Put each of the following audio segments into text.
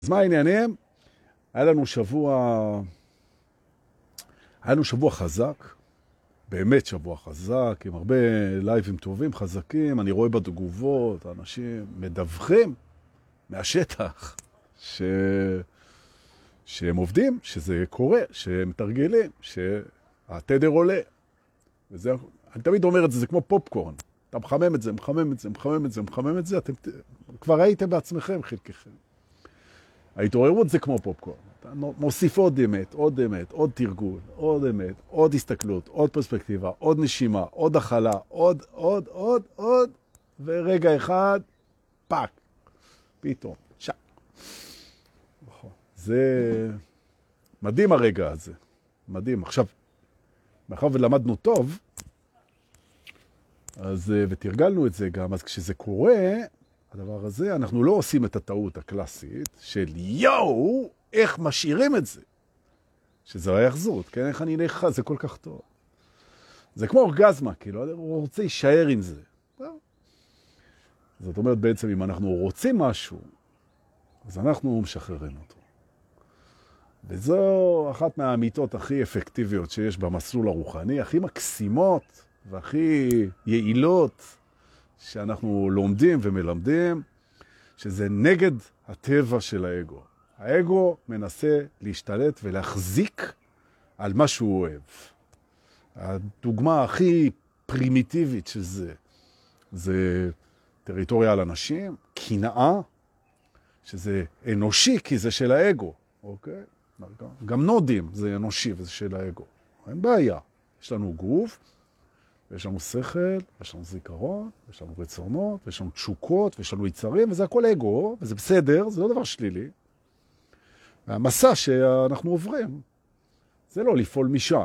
אז מה העניינים? היה לנו שבוע חזק, באמת שבוע חזק, עם הרבה לייבים טובים, חזקים. אני רואה בתגובות, אנשים מדווחים מהשטח שהם עובדים, שזה קורה, שהם מתרגלים, שהתדר עולה. וזה, אני תמיד אומר את זה, זה כמו פופקורן. אתה מחמם את זה, מחמם את זה, אתם כבר ראיתם בעצמכם חלקכם. ההתעוררות זה כמו פופקורן. אתה מוסיף עוד אמת, עוד תרגול, עוד אמת, עוד הסתכלות, עוד פרספקטיבה, עוד נשימה, עוד החלה, עוד, ורגע אחד, פאק, פתאום, שק. זה מדהים הרגע הזה, מדהים. עכשיו, מאחר ולמדנו טוב, ותרגלנו את זה גם, אז כשזה קורה, הדבר הזה, אנחנו לא עושים את הטעות הקלאסית של יואו, איך משאירים את זה? שזה היחזות, כן? איך אני אלך, זה כל כך טוב. זה כמו אורגזמה, כאילו, הוא רוצה להישאר עם זה. זאת אומרת, בעצם, אם אנחנו רוצים משהו, אז אנחנו משחררים אותו. וזו אחת מהאמיתות הכי אפקטיביות שיש במסלול הרוחני, הכי מקסימות והכי יעילות, שאנחנו לומדים ומלמדים, שזה נגד הטבע של האגו. האגו מנסה להשתלט ולהחזיק על מה שהוא אוהב. הדוגמה הכי פרימיטיבית של זה טריטוריה על אנשים, קנאה, שזה אנושי כי זה של האגו, אוקיי? גם נודים זה אנושי וזה של האגו. אין בעיה. יש לנו גוף, ויש לנו שכל, ויש לנו זיכרון, ויש לנו רצונות, ויש לנו תשוקות, ויש לנו יצרים, וזה הכל אגו, וזה בסדר, זה לא דבר שלילי. והמסע שאנחנו עוברים, זה לא לפעול משם.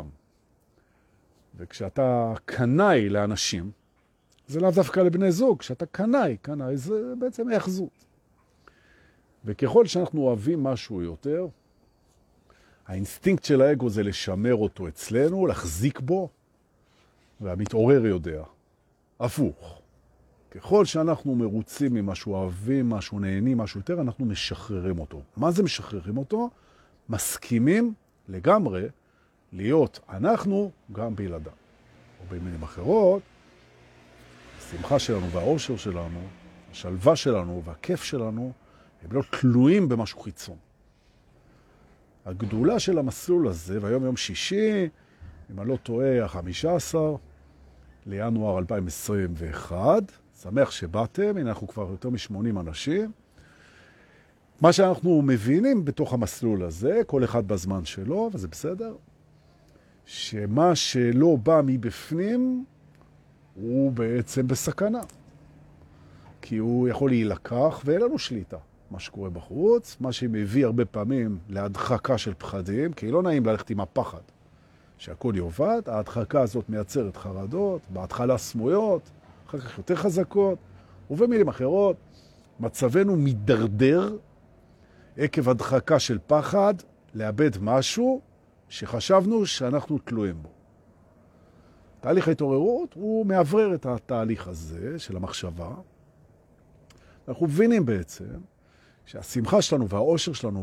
וכשאתה קנאי לאנשים, זה לאו דווקא לבני זוג, כשאתה קנאי זה בעצם היחזות. וככל שאנחנו אוהבים משהו יותר, האינסטינקט של האגו זה לשמר אותו אצלנו, להחזיק בו, והמתעורר יודע. הפוך. ככל שאנחנו מרוצים ממשהו, אוהבים משהו, נהנים משהו יותר, אנחנו משחררים אותו. מה זה משחררים אותו? מסכימים לגמרי להיות אנחנו גם בלעדיו. או במילים אחרות, השמחה שלנו והאושר שלנו, השלווה שלנו והכיף שלנו, הם לא תלויים במשהו חיצון. הגדולה של המסלול הזה, והיום יום שישי, אם אני לא טועה, 15 לינואר 2021, שמח שבאתם, הנה אנחנו כבר יותר מ-80 אנשים. מה שאנחנו מבינים בתוך המסלול הזה, כל אחד בזמן שלו, וזה בסדר, שמה שלא בא מבפנים, הוא בעצם בסכנה. כי הוא יכול להילקח, ואין לנו שליטה. מה שקורה בחוץ, מה שמביא הרבה פעמים להדחקה של פחדים, כי לא נעים ללכת עם הפחד. שהכל יובד, ההדחקה הזאת מייצרת חרדות, בהתחלה סמויות, אחר כך יותר חזקות, ובמילים אחרות, מצבנו מדרדר עקב הדחקה של פחד, לאבד משהו שחשבנו שאנחנו תלויים בו. תהליך ההתעוררות הוא מעברר את התהליך הזה של המחשבה. אנחנו מבינים בעצם שהשמחה שלנו והאושר שלנו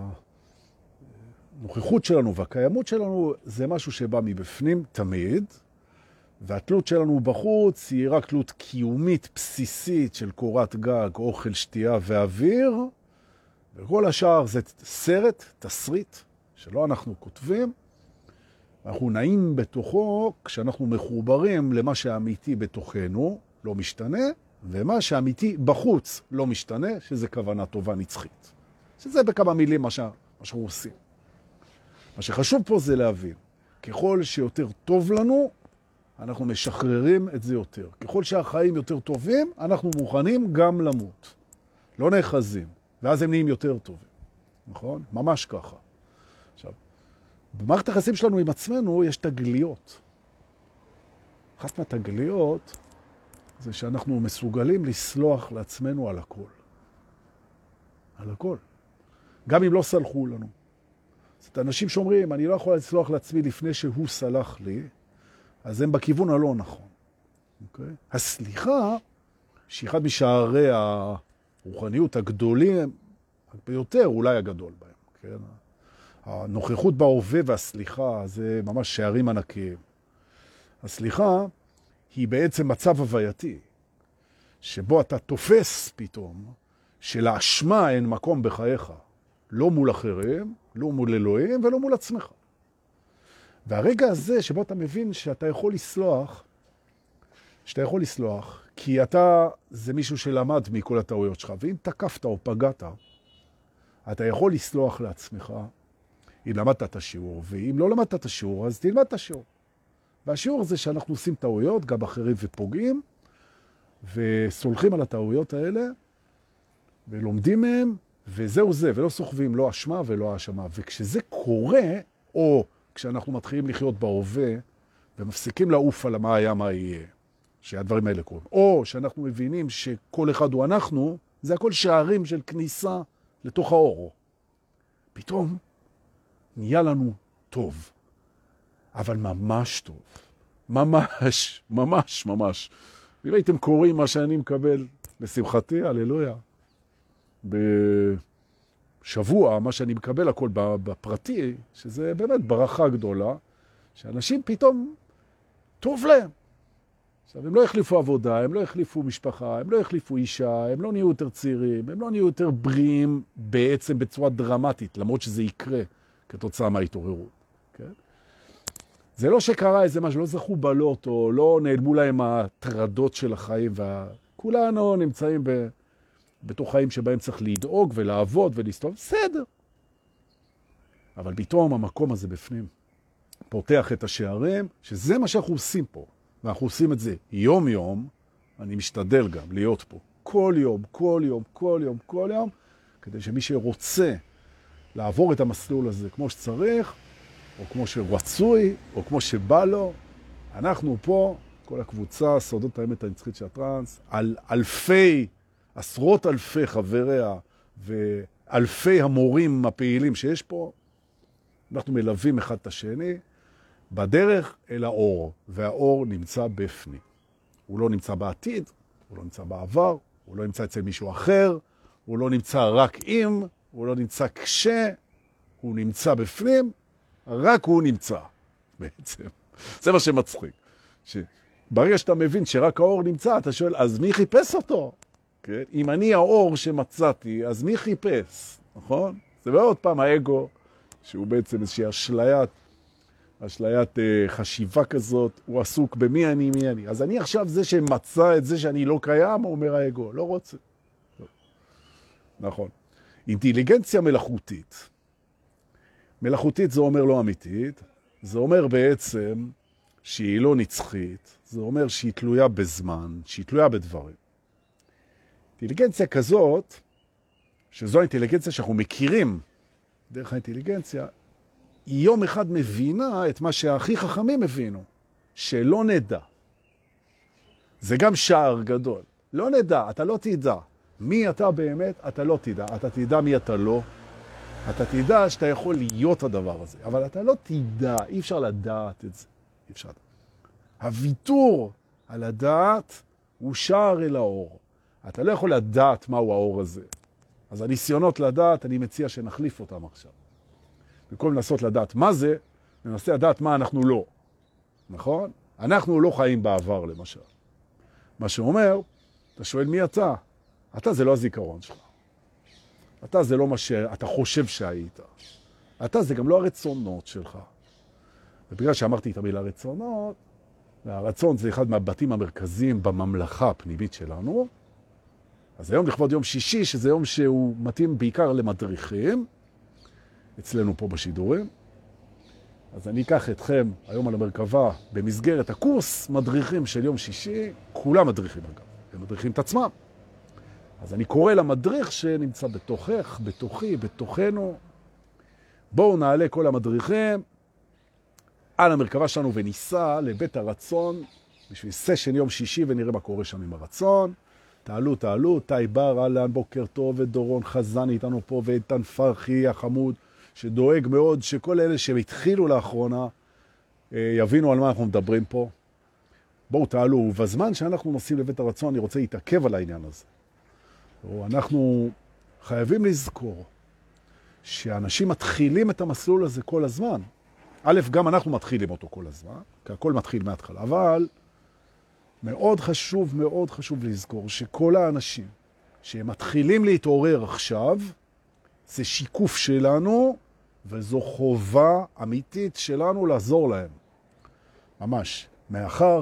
והנוכחות שלנו והקיימות שלנו זה משהו שבא מבפנים תמיד, והתלות שלנו בחוץ היא רק תלות קיומית בסיסית של קורת גג, אוכל, שתייה ואוויר, וכל השאר זה סרט, תסריט, שלא אנחנו כותבים, אנחנו נעים בתוכו כשאנחנו מחוברים למה שאמיתי בתוכנו, לא משתנה, ומה שאמיתי בחוץ לא משתנה, שזה כוונה טובה נצחית. שזה בכמה מילים מה שאנחנו עושים. מה שחשוב פה זה להבין, ככל שיותר טוב לנו, אנחנו משחררים את זה יותר. ככל שהחיים יותר טובים, אנחנו מוכנים גם למות. לא נאחזים, ואז הם נהיים יותר טובים. נכון? ממש ככה. עכשיו, במערכת היחסים שלנו עם עצמנו יש תגליות. אחת מהתגליות זה שאנחנו מסוגלים לסלוח לעצמנו על הכל. על הכל. גם אם לא סלחו לנו. זאת אנשים שאומרים, אני לא יכול לסלוח לעצמי לפני שהוא סלח לי, אז הם בכיוון הלא נכון. אוקיי? הסליחה, שהיא אחד משערי הרוחניות הגדולים, ביותר, אולי הגדול בהם, כן? הנוכחות בהווה והסליחה זה ממש שערים ענקיים. הסליחה היא בעצם מצב הווייתי, שבו אתה תופס פתאום שלאשמה אין מקום בחייך, לא מול אחרים, לא מול אלוהים ולא מול עצמך. והרגע הזה שבו אתה מבין שאתה יכול לסלוח, כי אתה זה מישהו שלמד מכל הטעויות שלך, ואם תקפת או פגעת, אתה יכול לסלוח לעצמך אם למדת את השיעור, ואם לא למדת את השיעור, אז תלמד את השיעור. והשיעור זה שאנחנו עושים טעויות, גם אחרים ופוגעים, וסולחים על הטעויות האלה, ולומדים מהם, וזהו זה, ולא סוחבים, לא אשמה ולא האשמה. וכשזה קורה, או כשאנחנו מתחילים לחיות בהווה, ומפסיקים לעוף על מה היה, מה יהיה, שהדברים האלה קורים. או שאנחנו מבינים שכל אחד הוא אנחנו, זה הכל שערים של כניסה לתוך האור. פתאום נהיה לנו טוב. אבל ממש טוב. ממש, ממש, ממש. אם הייתם קוראים מה שאני מקבל, לשמחתי, הללויה, בשבוע, מה שאני מקבל הכל בפרטי, שזה באמת ברכה גדולה, שאנשים פתאום טוב להם. עכשיו, הם לא החליפו עבודה, הם לא החליפו משפחה, הם לא החליפו אישה, הם לא נהיו יותר צעירים, הם לא נהיו יותר בריאים בעצם בצורה דרמטית, למרות שזה יקרה כתוצאה מההתעוררות. כן? זה לא שקרה איזה משהו, לא זכו בלוטו, לא נעלמו להם הטרדות של החיים, וכולנו נמצאים בתוך חיים שבהם צריך לדאוג ולעבוד ולסתום, בסדר. אבל פתאום המקום הזה בפנים פותח את השערים, שזה מה שאנחנו עושים פה. ואנחנו עושים את זה יום יום, אני משתדל גם להיות פה כל יום, כל יום, כל יום, כל יום, כדי שמי שרוצה לעבור את המסלול הזה כמו שצריך, או כמו שרצוי, או כמו שבא לו, אנחנו פה, כל הקבוצה, סודות האמת הנצחית של הטרנס, על אלפי, עשרות אלפי חבריה, ואלפי המורים הפעילים שיש פה, אנחנו מלווים אחד את השני, בדרך אל האור, והאור נמצא בפנים. הוא לא נמצא בעתיד, הוא לא נמצא בעבר, הוא לא נמצא אצל מישהו אחר, הוא לא נמצא רק אם, הוא לא נמצא כשה, הוא נמצא בפנים, רק הוא נמצא בעצם. זה מה שמצחיק. ברגע שאתה מבין שרק האור נמצא, אתה שואל, אז מי חיפש אותו? כן? אם אני האור שמצאתי, אז מי חיפש? נכון? זה מאוד פעם האגו, שהוא בעצם איזושהי אשליית חשיבה כזאת, הוא עסוק במי אני, מי אני. אז אני עכשיו זה שמצא את זה שאני לא קיים, אומר האגו, לא רוצה. לא. נכון. אינטליגנציה מלאכותית. מלאכותית זה אומר לא אמיתית, זה אומר בעצם שהיא לא נצחית, זה אומר שהיא תלויה בזמן, שהיא תלויה בדברים. אינטליגנציה כזאת, שזו האינטליגנציה שאנחנו מכירים דרך האינטליגנציה, היא יום אחד מבינה את מה שהכי חכמים הבינו, שלא נדע. זה גם שער גדול. לא נדע, אתה לא תדע. מי אתה באמת, אתה לא תדע. אתה תדע מי אתה לא. אתה תדע שאתה יכול להיות הדבר הזה, אבל אתה לא תדע, אי אפשר לדעת את זה. אי אפשר. הוויתור על הדעת הוא שער אל האור. אתה לא יכול לדעת מהו האור הזה. אז הניסיונות לדעת, אני מציע שנחליף אותם עכשיו. במקום לנסות לדעת מה זה, ננסה לדעת מה אנחנו לא. נכון? אנחנו לא חיים בעבר, למשל. מה שאומר, אתה שואל מי אתה? אתה זה לא הזיכרון שלך. אתה זה לא מה שאתה חושב שהיית. אתה זה גם לא הרצונות שלך. ובגלל שאמרתי את המילה רצונות, והרצון זה אחד מהבתים המרכזיים בממלכה הפנימית שלנו, אז היום לכבוד יום שישי, שזה יום שהוא מתאים בעיקר למדריכים, אצלנו פה בשידורים. אז אני אקח אתכם היום על המרכבה במסגרת הקורס מדריכים של יום שישי, כולם מדריכים אגב, הם מדריכים את עצמם. אז אני קורא למדריך שנמצא בתוכך, בתוכי, בתוכנו. בואו נעלה כל המדריכים על המרכבה שלנו וניסע לבית הרצון בשביל סשן יום שישי ונראה מה קורה שם עם הרצון. תעלו, תאי בר, אלן, בוקר טוב, ודורון חזן איתנו פה, ואיתן פרחי החמוד, שדואג מאוד שכל אלה שהתחילו לאחרונה יבינו על מה אנחנו מדברים פה. בואו תעלו, ובזמן שאנחנו נוסעים לבית הרצון אני רוצה להתעכב על העניין הזה. אנחנו חייבים לזכור שאנשים מתחילים את המסלול הזה כל הזמן. א', גם אנחנו מתחילים אותו כל הזמן, כי הכל מתחיל מההתחלה, אבל מאוד חשוב לזכור שכל האנשים שהם מתחילים להתעורר עכשיו, זה שיקוף שלנו, וזו חובה אמיתית שלנו לעזור להם. ממש. מאחר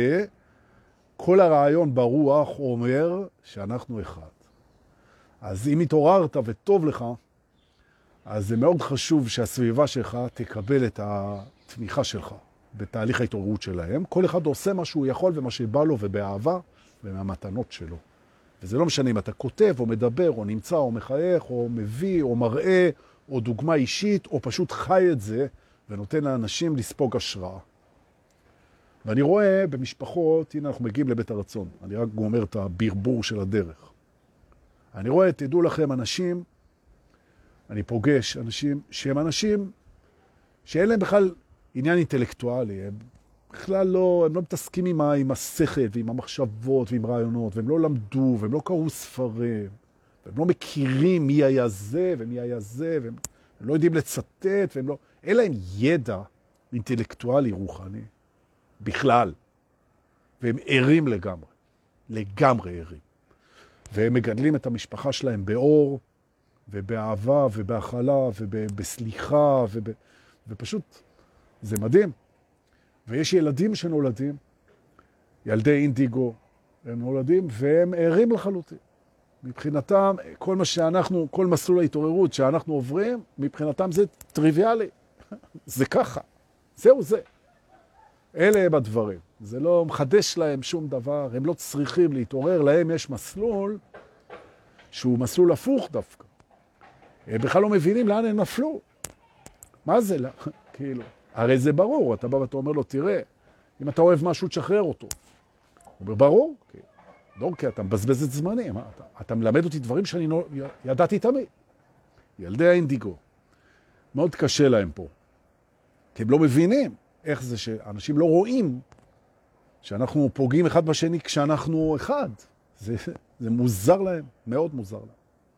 שכל הרעיון ברוח אומר שאנחנו אחד. אז אם התעוררת וטוב לך, אז זה מאוד חשוב שהסביבה שלך תקבל את התמיכה שלך בתהליך ההתעוררות שלהם. כל אחד עושה מה שהוא יכול ומה שבא לו ובאהבה ומהמתנות שלו. וזה לא משנה אם אתה כותב או מדבר או נמצא או מחייך או מביא או מראה או דוגמה אישית או פשוט חי את זה ונותן לאנשים לספוג השראה. ואני רואה במשפחות, הנה אנחנו מגיעים לבית הרצון, אני רק גומר את הברבור של הדרך. אני רואה, תדעו לכם, אנשים, אני פוגש אנשים שהם אנשים שאין להם בכלל עניין אינטלקטואלי, הם בכלל לא, הם לא מתעסקים עם השכל ועם המחשבות ועם רעיונות, והם לא למדו והם לא קראו ספרים, והם לא מכירים מי היה זה ומי היה זה, והם לא יודעים לצטט, והם לא, אין להם ידע אינטלקטואלי רוחני בכלל, והם ערים לגמרי ערים. והם מגדלים את המשפחה שלהם באור, ובאהבה, ובהכלה, ובסליחה, ופשוט, זה מדהים. ויש ילדים שנולדים, ילדי אינדיגו, הם נולדים, והם ערים לחלוטין. מבחינתם, כל מה שאנחנו, כל מסלול ההתעוררות שאנחנו עוברים, מבחינתם זה טריוויאלי. זה ככה. זהו זה. אלה הם הדברים. זה לא מחדש להם שום דבר, הם לא צריכים להתעורר, להם יש מסלול שהוא מסלול הפוך דווקא. הם בכלל לא מבינים לאן הם נפלו. מה זה? כאילו, הרי זה ברור, אתה בא ואתה אומר לו, תראה, אם אתה אוהב משהו, תשחרר אותו. הוא אומר, ברור, כי אתה מבזבז את זמני, אתה מלמד אותי דברים שאני ידעתי תמיד. ילדי האינדיגו, מאוד קשה להם פה, כי הם לא מבינים איך זה שאנשים לא רואים שאנחנו פוגעים אחד בשני כשאנחנו אחד. זה מוזר להם, מאוד מוזר להם.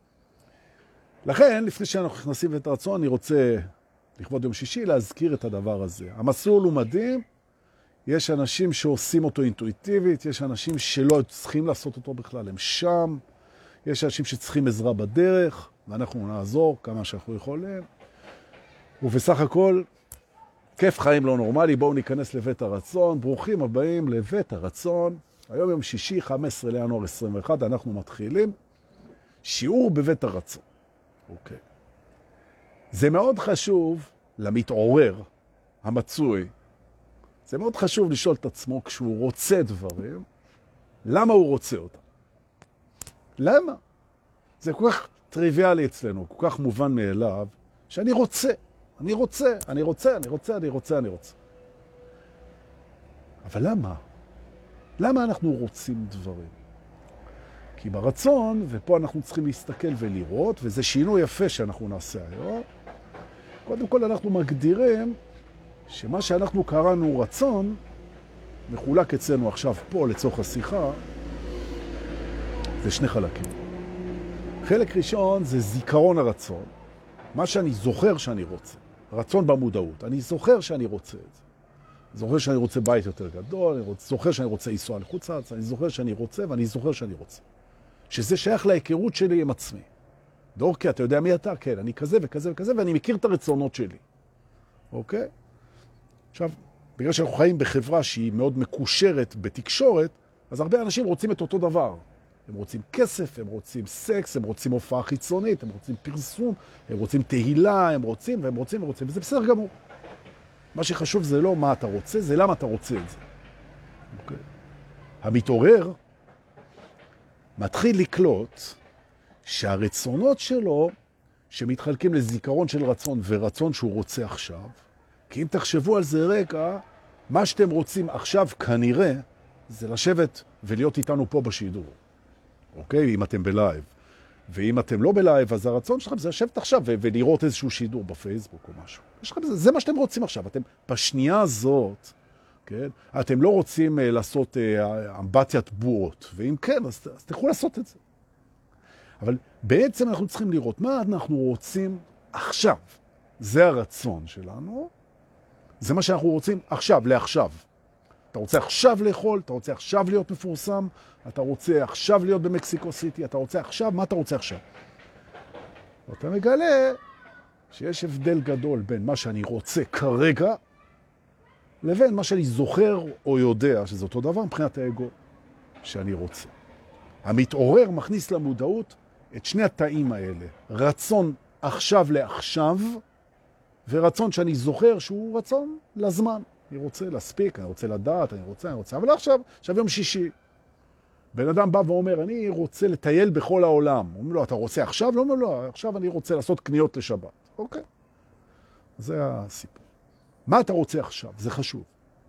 לכן, לפני שאנחנו נכנסים לבית הרצון, אני רוצה, לכבוד יום שישי, להזכיר את הדבר הזה. המסלול הוא מדהים, יש אנשים שעושים אותו אינטואיטיבית, יש אנשים שלא צריכים לעשות אותו בכלל, הם שם, יש אנשים שצריכים עזרה בדרך, ואנחנו נעזור כמה שאנחנו יכולים. ובסך הכל, כיף חיים לא נורמלי, בואו ניכנס לבית הרצון, ברוכים הבאים לבית הרצון. היום יום שישי, 15 לינואר 21, אנחנו מתחילים שיעור בבית הרצון. אוקיי. זה מאוד חשוב למתעורר המצוי. זה מאוד חשוב לשאול את עצמו כשהוא רוצה דברים, למה הוא רוצה אותם? למה? זה כל כך טריוויאלי אצלנו, כל כך מובן מאליו, שאני רוצה. אני רוצה. אבל למה? למה אנחנו רוצים דברים? כי ברצון, ופה אנחנו צריכים להסתכל ולראות, וזה שינוי יפה שאנחנו נעשה היום, קודם כל אנחנו מגדירים שמה שאנחנו קראנו רצון, מחולק אצלנו עכשיו פה לצורך השיחה, זה שני חלקים. חלק ראשון זה זיכרון הרצון, מה שאני זוכר שאני רוצה. רצון במודעות. אני זוכר שאני רוצה את זה. זוכר שאני רוצה בית יותר גדול, אני זוכר שאני רוצה לנסוע לחוץ לארץ, אני זוכר שאני רוצה ואני זוכר שאני רוצה. שזה שייך להיכרות שלי עם עצמי. דורקי, אתה יודע מי אתה? כן, אני כזה וכזה וכזה, ואני מכיר את הרצונות שלי. אוקיי? עכשיו, בגלל שאנחנו חיים בחברה שהיא מאוד מקושרת בתקשורת, אז הרבה אנשים רוצים את אותו דבר. הם רוצים כסף, הם רוצים סקס, הם רוצים הופעה חיצונית, הם רוצים פרסום, הם רוצים תהילה, הם רוצים, וזה בסדר גמור. מה שחשוב זה לא מה אתה רוצה, זה למה אתה רוצה את זה. אוקיי? המתעורר מתחיל לקלוט שהרצונות שלו, שמתחלקים לזיכרון של רצון ורצון שהוא רוצה עכשיו, כי אם תחשבו על זה רגע, מה שאתם רוצים עכשיו כנראה, זה לשבת ולהיות איתנו פה בשידור. אוקיי? אם אתם בלייב. ואם אתם לא בלייב, אז הרצון שלכם זה לשבת עכשיו ולראות איזשהו שידור בפייסבוק או משהו. זה מה שאתם רוצים עכשיו. אתם בשנייה הזאת, כן? אתם לא רוצים לעשות אמבטיית בועות. ואם כן, אז תלכו לעשות את זה. אבל בעצם אנחנו צריכים לראות מה אנחנו רוצים עכשיו. זה הרצון שלנו, זה מה שאנחנו רוצים עכשיו, לעכשיו. אתה רוצה עכשיו לאכול, אתה רוצה עכשיו להיות מפורסם, אתה רוצה עכשיו להיות במקסיקו סיטי, אתה רוצה עכשיו, מה אתה רוצה עכשיו? ואתה מגלה שיש הבדל גדול בין מה שאני רוצה כרגע, לבין מה שאני זוכר או יודע, שזה אותו דבר מבחינת האגו שאני רוצה. המתעורר מכניס למודעות את שני התאים האלה, רצון עכשיו לעכשיו, ורצון שאני זוכר שהוא רצון לזמן. אני רוצה להספיק, אני רוצה לדעת, אני רוצה, אבל לא עכשיו יום שישי. בן אדם בא ואומר, אני רוצה לטייל בכל העולם. הוא אומר לו, אתה רוצה עכשיו? לא אומר לו, עכשיו אני רוצה לעשות קניות לשבת. אוקיי. זה הסיפור. מה אתה רוצה עכשיו? זה חשוב.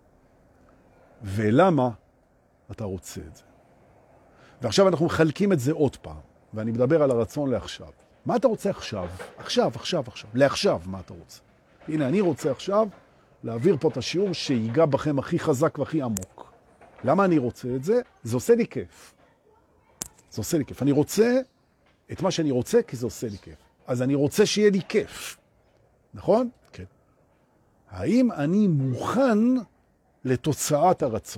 ולמה אתה רוצה את זה? ועכשיו אנחנו מחלקים את זה עוד פעם, ואני מדבר על הרצון לעכשיו. מה אתה רוצה עכשיו? עכשיו. לעכשיו, מה אתה רוצה? הנה, אני רוצה עכשיו להעביר פה את השיעור שיגע בכם הכי חזק והכי עמוק. למה אני רוצה את זה? זה עושה לי כיף. זה עושה לי כיף. אני רוצה את מה שאני רוצה כי זה עושה לי כיף. אז אני רוצה שיהיה לי כיף. נכון? כן. האם אני מוכן לתוצאת הרצון?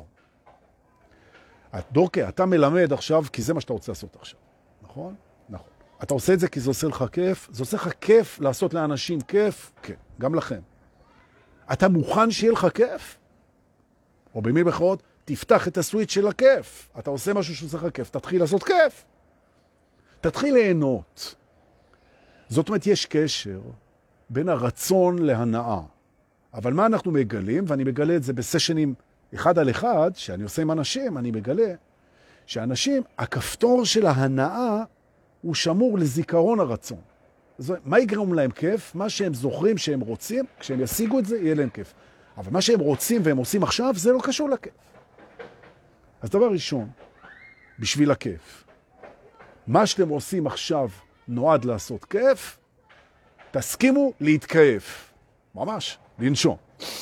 דורקה, אתה מלמד עכשיו כי זה מה שאתה רוצה לעשות עכשיו. נכון? נכון. אתה עושה את זה כי זה עושה לך כיף? זה עושה לך כיף לעשות לאנשים כיף? כן, גם לכם. אתה מוכן שיהיה לך כיף? או במילים אחרות, תפתח את הסוויץ' של הכיף. אתה עושה משהו שעושה לך כיף, תתחיל לעשות כיף. תתחיל ליהנות. זאת אומרת, יש קשר בין הרצון להנאה. אבל מה אנחנו מגלים, ואני מגלה את זה בסשנים אחד על אחד, שאני עושה עם אנשים, אני מגלה שאנשים, הכפתור של ההנאה הוא שמור לזיכרון הרצון. מה יגרום להם כיף? מה שהם זוכרים שהם רוצים, כשהם ישיגו את זה, יהיה להם כיף. אבל מה שהם רוצים והם עושים עכשיו, זה לא קשור לכיף. אז דבר ראשון, בשביל הכיף, מה שאתם עושים עכשיו נועד לעשות כיף, תסכימו להתכיף. ממש, לנשום.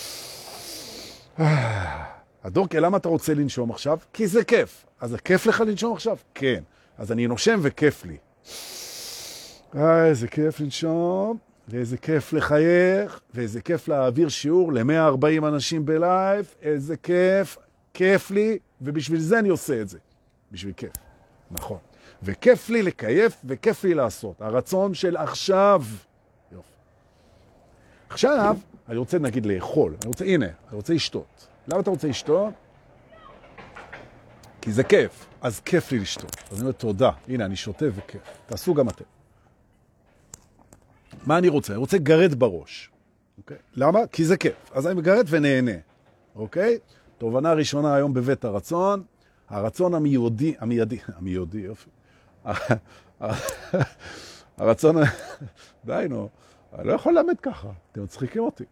הדורקה, למה אתה רוצה לנשום עכשיו? כי זה כיף. אז זה כיף לך לנשום עכשיו? כן. אז אני נושם וכיף לי. איזה כיף לנשום, ואיזה כיף לחייך, ואיזה כיף להעביר שיעור ל-140 אנשים בלייב, איזה כיף, כיף לי, ובשביל זה אני עושה את זה. בשביל כיף. נכון. וכיף לי לקייף, וכיף לי לעשות. הרצון של עכשיו. יופי. עכשיו, אני רוצה נגיד לאכול. הנה, אני רוצה לשתות. למה אתה רוצה לשתות? כי זה כיף. אז כיף לי לשתות. אז אני אומר, תודה. הנה, אני שותה וכיף. תעשו גם אתם. מה אני רוצה? אני רוצה גרד בראש. אוקיי? למה? כי זה כיף. אז אני מגרד ונהנה. אוקיי? תובנה ראשונה היום בבית הרצון. הרצון המיידי, יופי. הרצון, די נו, אני לא יכול למד ככה. אתם מצחיקים אותי.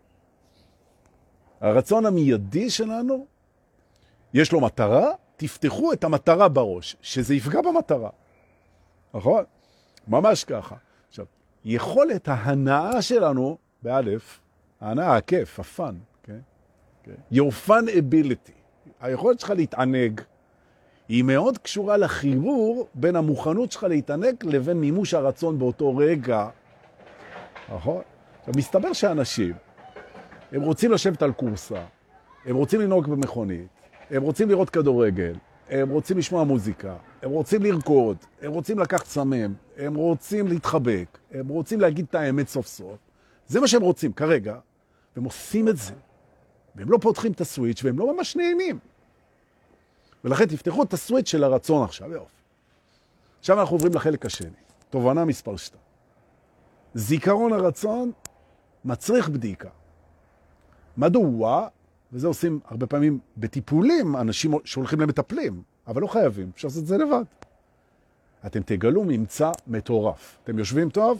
הרצון המיידי שלנו, יש לו מטרה, תפתחו את המטרה בראש, שזה יפגע במטרה. נכון? ממש ככה. עכשיו, יכולת ההנאה שלנו, באלף, ההנאה, הכיף, הפן, okay? Your fun ability, היכולת שלך להתענג, היא מאוד קשורה לחיבור בין המוכנות שלך להתענג לבין מימוש הרצון באותו רגע. נכון? עכשיו, מסתבר שאנשים, הם רוצים לשבת על קורסה, הם רוצים לנהוג במכונית, הם רוצים לראות כדורגל, הם רוצים לשמוע מוזיקה, הם רוצים לרקוד, הם רוצים לקחת סמים, הם רוצים להתחבק, הם רוצים להגיד את האמת סוף סוף. זה מה שהם רוצים כרגע, והם עושים את זה. והם לא פותחים את הסוויץ' והם לא ממש נהנים. ולכן תפתחו את הסוויץ' של הרצון עכשיו. עכשיו אנחנו עוברים לחלק השני. תובנה מספר 2. זיכרון הרצון מצריך בדיקה. מדוע? וזה עושים הרבה פעמים בטיפולים, אנשים שהולכים למטפלים, אבל לא חייבים, אפשר לעשות את זה לבד. אתם תגלו ממצא מטורף. אתם יושבים טוב?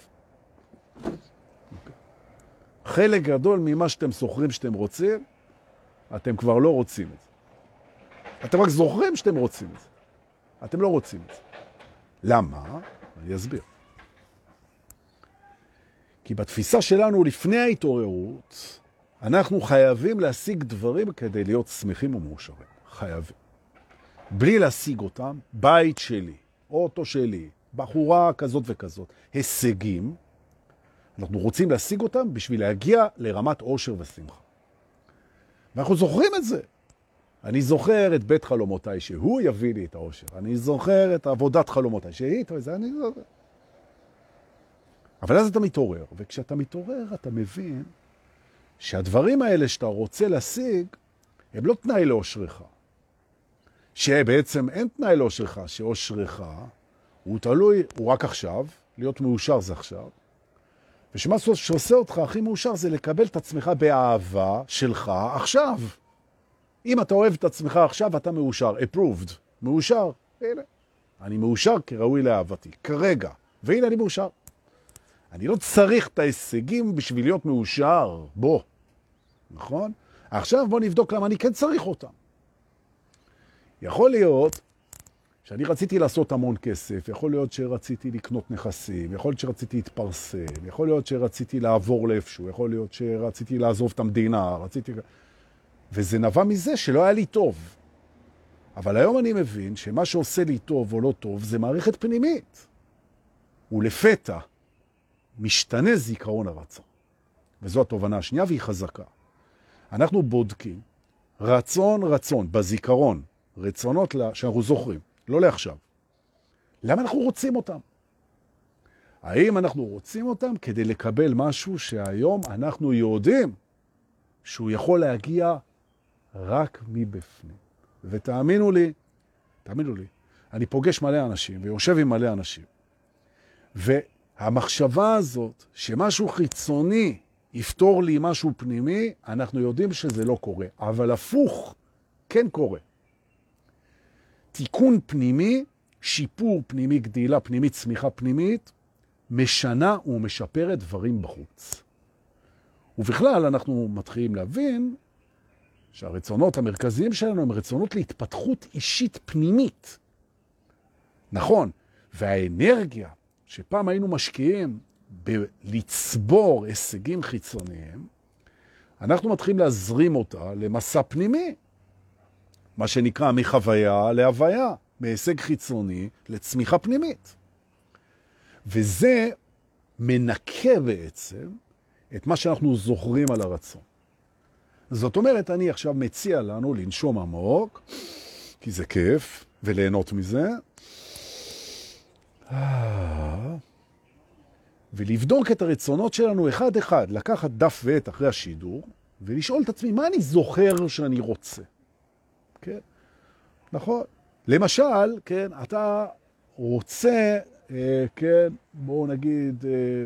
חלק גדול ממה שאתם זוכרים שאתם רוצים, אתם כבר לא רוצים את זה. אתם רק זוכרים שאתם רוצים את זה. אתם לא רוצים את זה. למה? אני אסביר. כי בתפיסה שלנו לפני ההתעוררות, אנחנו חייבים להשיג דברים כדי להיות שמחים ומאושרים. חייבים. בלי להשיג אותם, בית שלי, אוטו שלי, בחורה כזאת וכזאת. הישגים, אנחנו רוצים להשיג אותם בשביל להגיע לרמת עושר ושמחה. ואנחנו זוכרים את זה. אני זוכר את בית חלומותיי שהוא יביא לי את העושר. אני זוכר את עבודת חלומותיי שהיא, זה אני זוכר. אבל אז אתה מתעורר, וכשאתה מתעורר אתה מבין שהדברים האלה שאתה רוצה להשיג הם לא תנאי לאושרך. שבעצם אין תנאי לאושרך, שאושרך הוא תלוי, הוא רק עכשיו, להיות מאושר זה עכשיו. ושמה שעושה אותך הכי מאושר זה לקבל את עצמך באהבה שלך עכשיו. אם אתה אוהב את עצמך עכשיו, אתה מאושר, approved, מאושר. הנה, אני מאושר כראוי לאהבתי, כרגע. והנה אני מאושר. אני לא צריך את ההישגים בשביל להיות מאושר, בוא. נכון? עכשיו בוא נבדוק למה אני כן צריך אותם. יכול להיות שאני רציתי לעשות המון כסף, יכול להיות שרציתי לקנות נכסים, יכול להיות שרציתי להתפרסם, יכול להיות שרציתי לעבור לאיפשהו, יכול להיות שרציתי לעזוב את המדינה, וזה נבע מזה שלא היה לי טוב. אבל היום אני מבין שמה שעושה לי טוב או לא טוב זה מערכת פנימית. ולפתע משתנה זיכרון הרצון. וזו התובנה השנייה והיא חזקה. אנחנו בודקים רצון בזיכרון, רצונות שאנחנו זוכרים, לא לעכשיו. למה אנחנו רוצים אותם? האם אנחנו רוצים אותם כדי לקבל משהו שהיום אנחנו יודעים שהוא יכול להגיע רק מבפנים? ותאמינו לי, אני פוגש מלא אנשים ויושב עם מלא אנשים. והמחשבה הזאת שמשהו חיצוני יפתור לי משהו פנימי, אנחנו יודעים שזה לא קורה. אבל הפוך, כן קורה. תיקון פנימי, שיפור פנימי, גדילה פנימית, צמיחה פנימית, משנה ומשפרת דברים בחוץ. ובכלל אנחנו מתחילים להבין שהרצונות המרכזיים שלנו הם רצונות להתפתחות אישית פנימית. נכון, והאנרגיה שפעם היינו משקיעים בלצבור הישגים חיצוניים, אנחנו מתחילים להזרים אותה למסע פנימי. מה שנקרא מחוויה להוויה, מהישג חיצוני לצמיחה פנימית. וזה מנקה בעצם את מה שאנחנו זוכרים על הרצון. זאת אומרת, אני עכשיו מציע לנו לנשום עמוק, כי זה כיף, וליהנות מזה. ולבדוק את הרצונות שלנו אחד אחד, לקחת דף ועט אחרי השידור, ולשאול את עצמי, מה אני זוכר שאני רוצה? כן? נכון? למשל, כן, אתה רוצה, כן, בואו נגיד,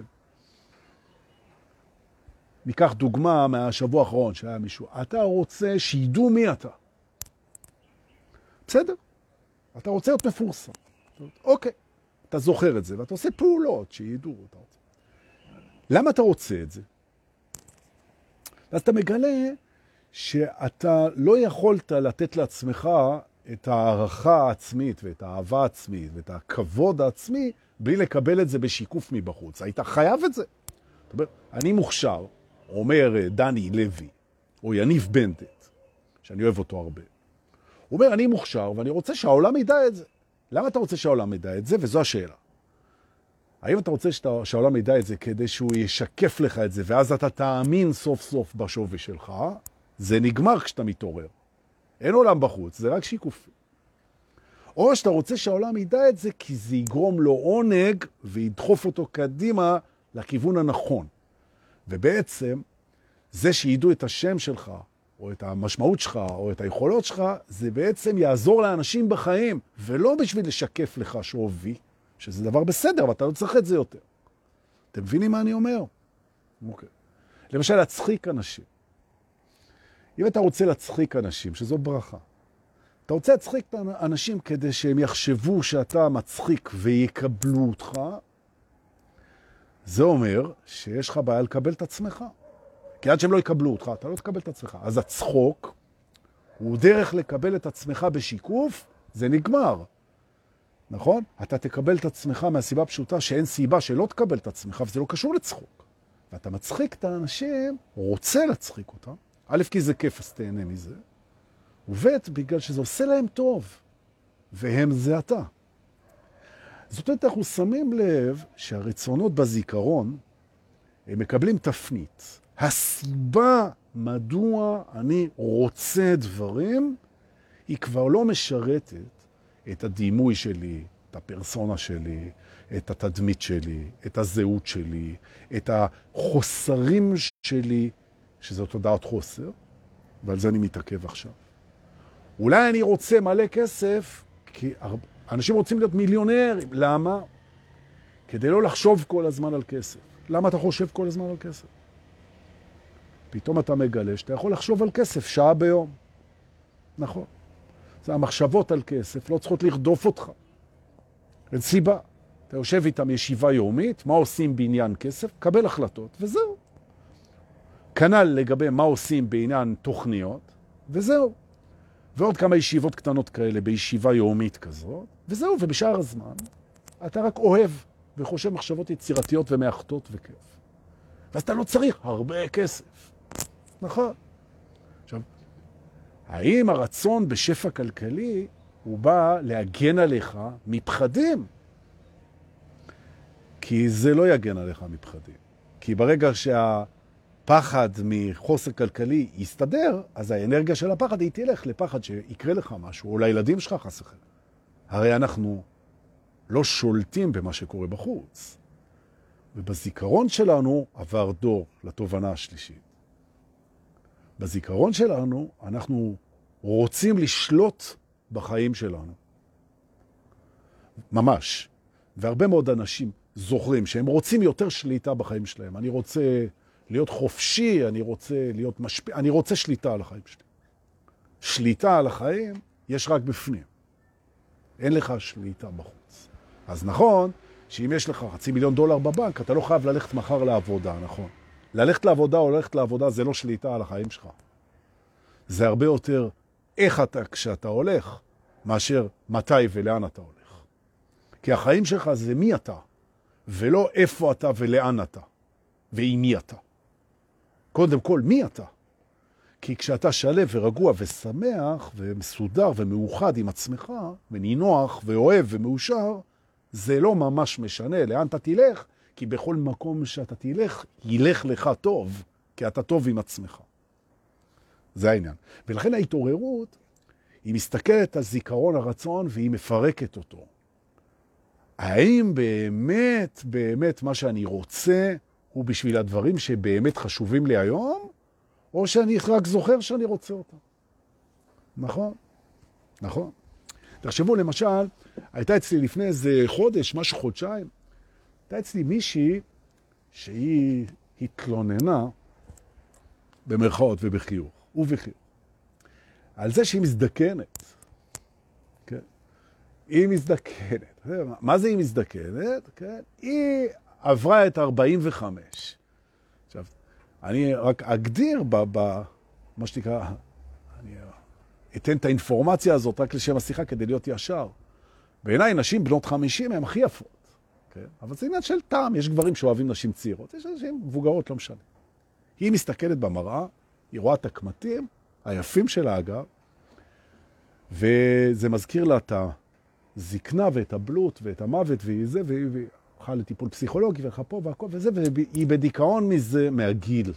ניקח דוגמה מהשבוע האחרון שהיה מישהו, אתה רוצה שידעו מי אתה. בסדר? אתה רוצה להיות מפורסם. אוקיי, אתה זוכר את זה, ואתה עושה פעולות שידעו אותה. למה אתה רוצה את זה? אז אתה מגלה שאתה לא יכולת לתת לעצמך את הערכה העצמית ואת האהבה העצמית ואת הכבוד העצמי בלי לקבל את זה בשיקוף מבחוץ. היית חייב את זה. אתה אומר, אני מוכשר, אומר דני לוי, או יניב בנדט, שאני אוהב אותו הרבה. הוא אומר, אני מוכשר ואני רוצה שהעולם ידע את זה. למה אתה רוצה שהעולם ידע את זה? וזו השאלה. האם אתה רוצה שהעולם ידע את זה כדי שהוא ישקף לך את זה, ואז אתה תאמין סוף סוף בשווי שלך? זה נגמר כשאתה מתעורר. אין עולם בחוץ, זה רק שיקופי. או שאתה רוצה שהעולם ידע את זה כי זה יגרום לו עונג וידחוף אותו קדימה לכיוון הנכון. ובעצם זה שידעו את השם שלך, או את המשמעות שלך, או את היכולות שלך, זה בעצם יעזור לאנשים בחיים, ולא בשביל לשקף לך שווי, שזה דבר בסדר, ואתה לא צריך את זה יותר. אתם מבינים מה אני אומר? אוקיי. למשל, להצחיק אנשים. אם אתה רוצה להצחיק אנשים, שזו ברכה, אתה רוצה להצחיק את האנשים כדי שהם יחשבו שאתה מצחיק ויקבלו אותך, זה אומר שיש לך בעיה לקבל את עצמך. כי עד שהם לא יקבלו אותך, אתה לא תקבל את עצמך. אז הצחוק הוא דרך לקבל את עצמך בשיקוף, זה נגמר. נכון? אתה תקבל את עצמך מהסיבה הפשוטה שאין סיבה שלא תקבל את עצמך, וזה לא קשור לצחוק. ואתה מצחיק את האנשים, רוצה להצחיק אותם, א', כי זה כיף, אז תהנה מזה, וב', בגלל שזה עושה להם טוב, והם זה אתה. זאת אומרת, אנחנו שמים לב שהרצונות בזיכרון, הם מקבלים תפנית. הסיבה מדוע אני רוצה דברים, היא כבר לא משרתת את הדימוי שלי, את הפרסונה שלי, את התדמית שלי, את הזהות שלי, את החוסרים שלי, שזו תודעת חוסר, ועל זה אני מתעכב עכשיו. אולי אני רוצה מלא כסף, כי אנשים רוצים להיות מיליונרים. למה? כדי לא לחשוב כל הזמן על כסף. למה אתה חושב כל הזמן על כסף? פתאום אתה מגלה שאתה יכול לחשוב על כסף שעה ביום. נכון. זה המחשבות על כסף לא צריכות לרדוף אותך. אין סיבה. אתה יושב איתם ישיבה יומית, מה עושים בעניין כסף? קבל החלטות, וזהו. כנ"ל לגבי מה עושים בעניין תוכניות, וזהו. ועוד כמה ישיבות קטנות כאלה בישיבה יומית כזאת, וזהו, ובשאר הזמן אתה רק אוהב וחושב מחשבות יצירתיות ומאחתות וכיף. ואז אתה לא צריך הרבה כסף. נכון. עכשיו, האם הרצון בשפע כלכלי הוא בא להגן עליך מפחדים? כי זה לא יגן עליך מפחדים. כי ברגע שהפחד מחוסר כלכלי יסתדר, אז האנרגיה של הפחד היא תלך לפחד שיקרה לך משהו, או לילדים שלך חס וחלילה. הרי אנחנו לא שולטים במה שקורה בחוץ. ובזיכרון שלנו עבר דור לתובנה השלישית. בזיכרון שלנו אנחנו רוצים לשלוט בחיים שלנו. ממש. והרבה מאוד אנשים זוכרים שהם רוצים יותר שליטה בחיים שלהם. אני רוצה להיות חופשי, אני רוצה להיות משפיע, אני רוצה שליטה על החיים שלי. שליטה על החיים יש רק בפנים. אין לך שליטה בחוץ. אז נכון שאם יש לך $500,000 בבנק, אתה לא חייב ללכת מחר לעבודה, נכון? ללכת לעבודה או ללכת לעבודה זה לא שליטה על החיים שלך. זה הרבה יותר איך אתה כשאתה הולך, מאשר מתי ולאן אתה הולך. כי החיים שלך זה מי אתה, ולא איפה אתה ולאן אתה, ועם מי אתה. קודם כל, מי אתה? כי כשאתה שלב ורגוע ושמח ומסודר ומאוחד עם עצמך, ונינוח ואוהב ומאושר, זה לא ממש משנה לאן אתה תלך, כי בכל מקום שאתה תלך, ילך לך טוב, כי אתה טוב עם עצמך. זה העניין. ולכן ההתעוררות, היא מסתכלת על זיכרון הרצון והיא מפרקת אותו. האם באמת, באמת מה שאני רוצה הוא בשביל הדברים שבאמת חשובים לי היום, או שאני רק זוכר שאני רוצה אותם? נכון? נכון. תחשבו, למשל, הייתה אצלי לפני איזה חודש, משהו חודשיים, הייתה אצלי מישהי שהיא התלוננה במרכאות ובחיוך, ובחיוך, על זה שהיא מזדקנת. כן? היא מזדקנת. מה זה היא מזדקנת? כן? היא עברה את 45. עכשיו, אני רק אגדיר מה שתקרא, אני אתן את האינפורמציה הזאת רק לשם השיחה כדי להיות ישר. בעיניי נשים בנות 50 הן הכי יפות. כן? אבל זה עניין של טעם, יש גברים שאוהבים נשים צעירות, יש נשים מבוגרות, לא משנה. היא מסתכלת במראה, היא רואה את הקמטים, היפים שלה אגב, וזה מזכיר לה את הזקנה ואת הבלוט ואת המוות וזה, והיא הלכה לטיפול פסיכולוגי והלכה פה והכל וזה, והיא בדיכאון מזה מהגיל.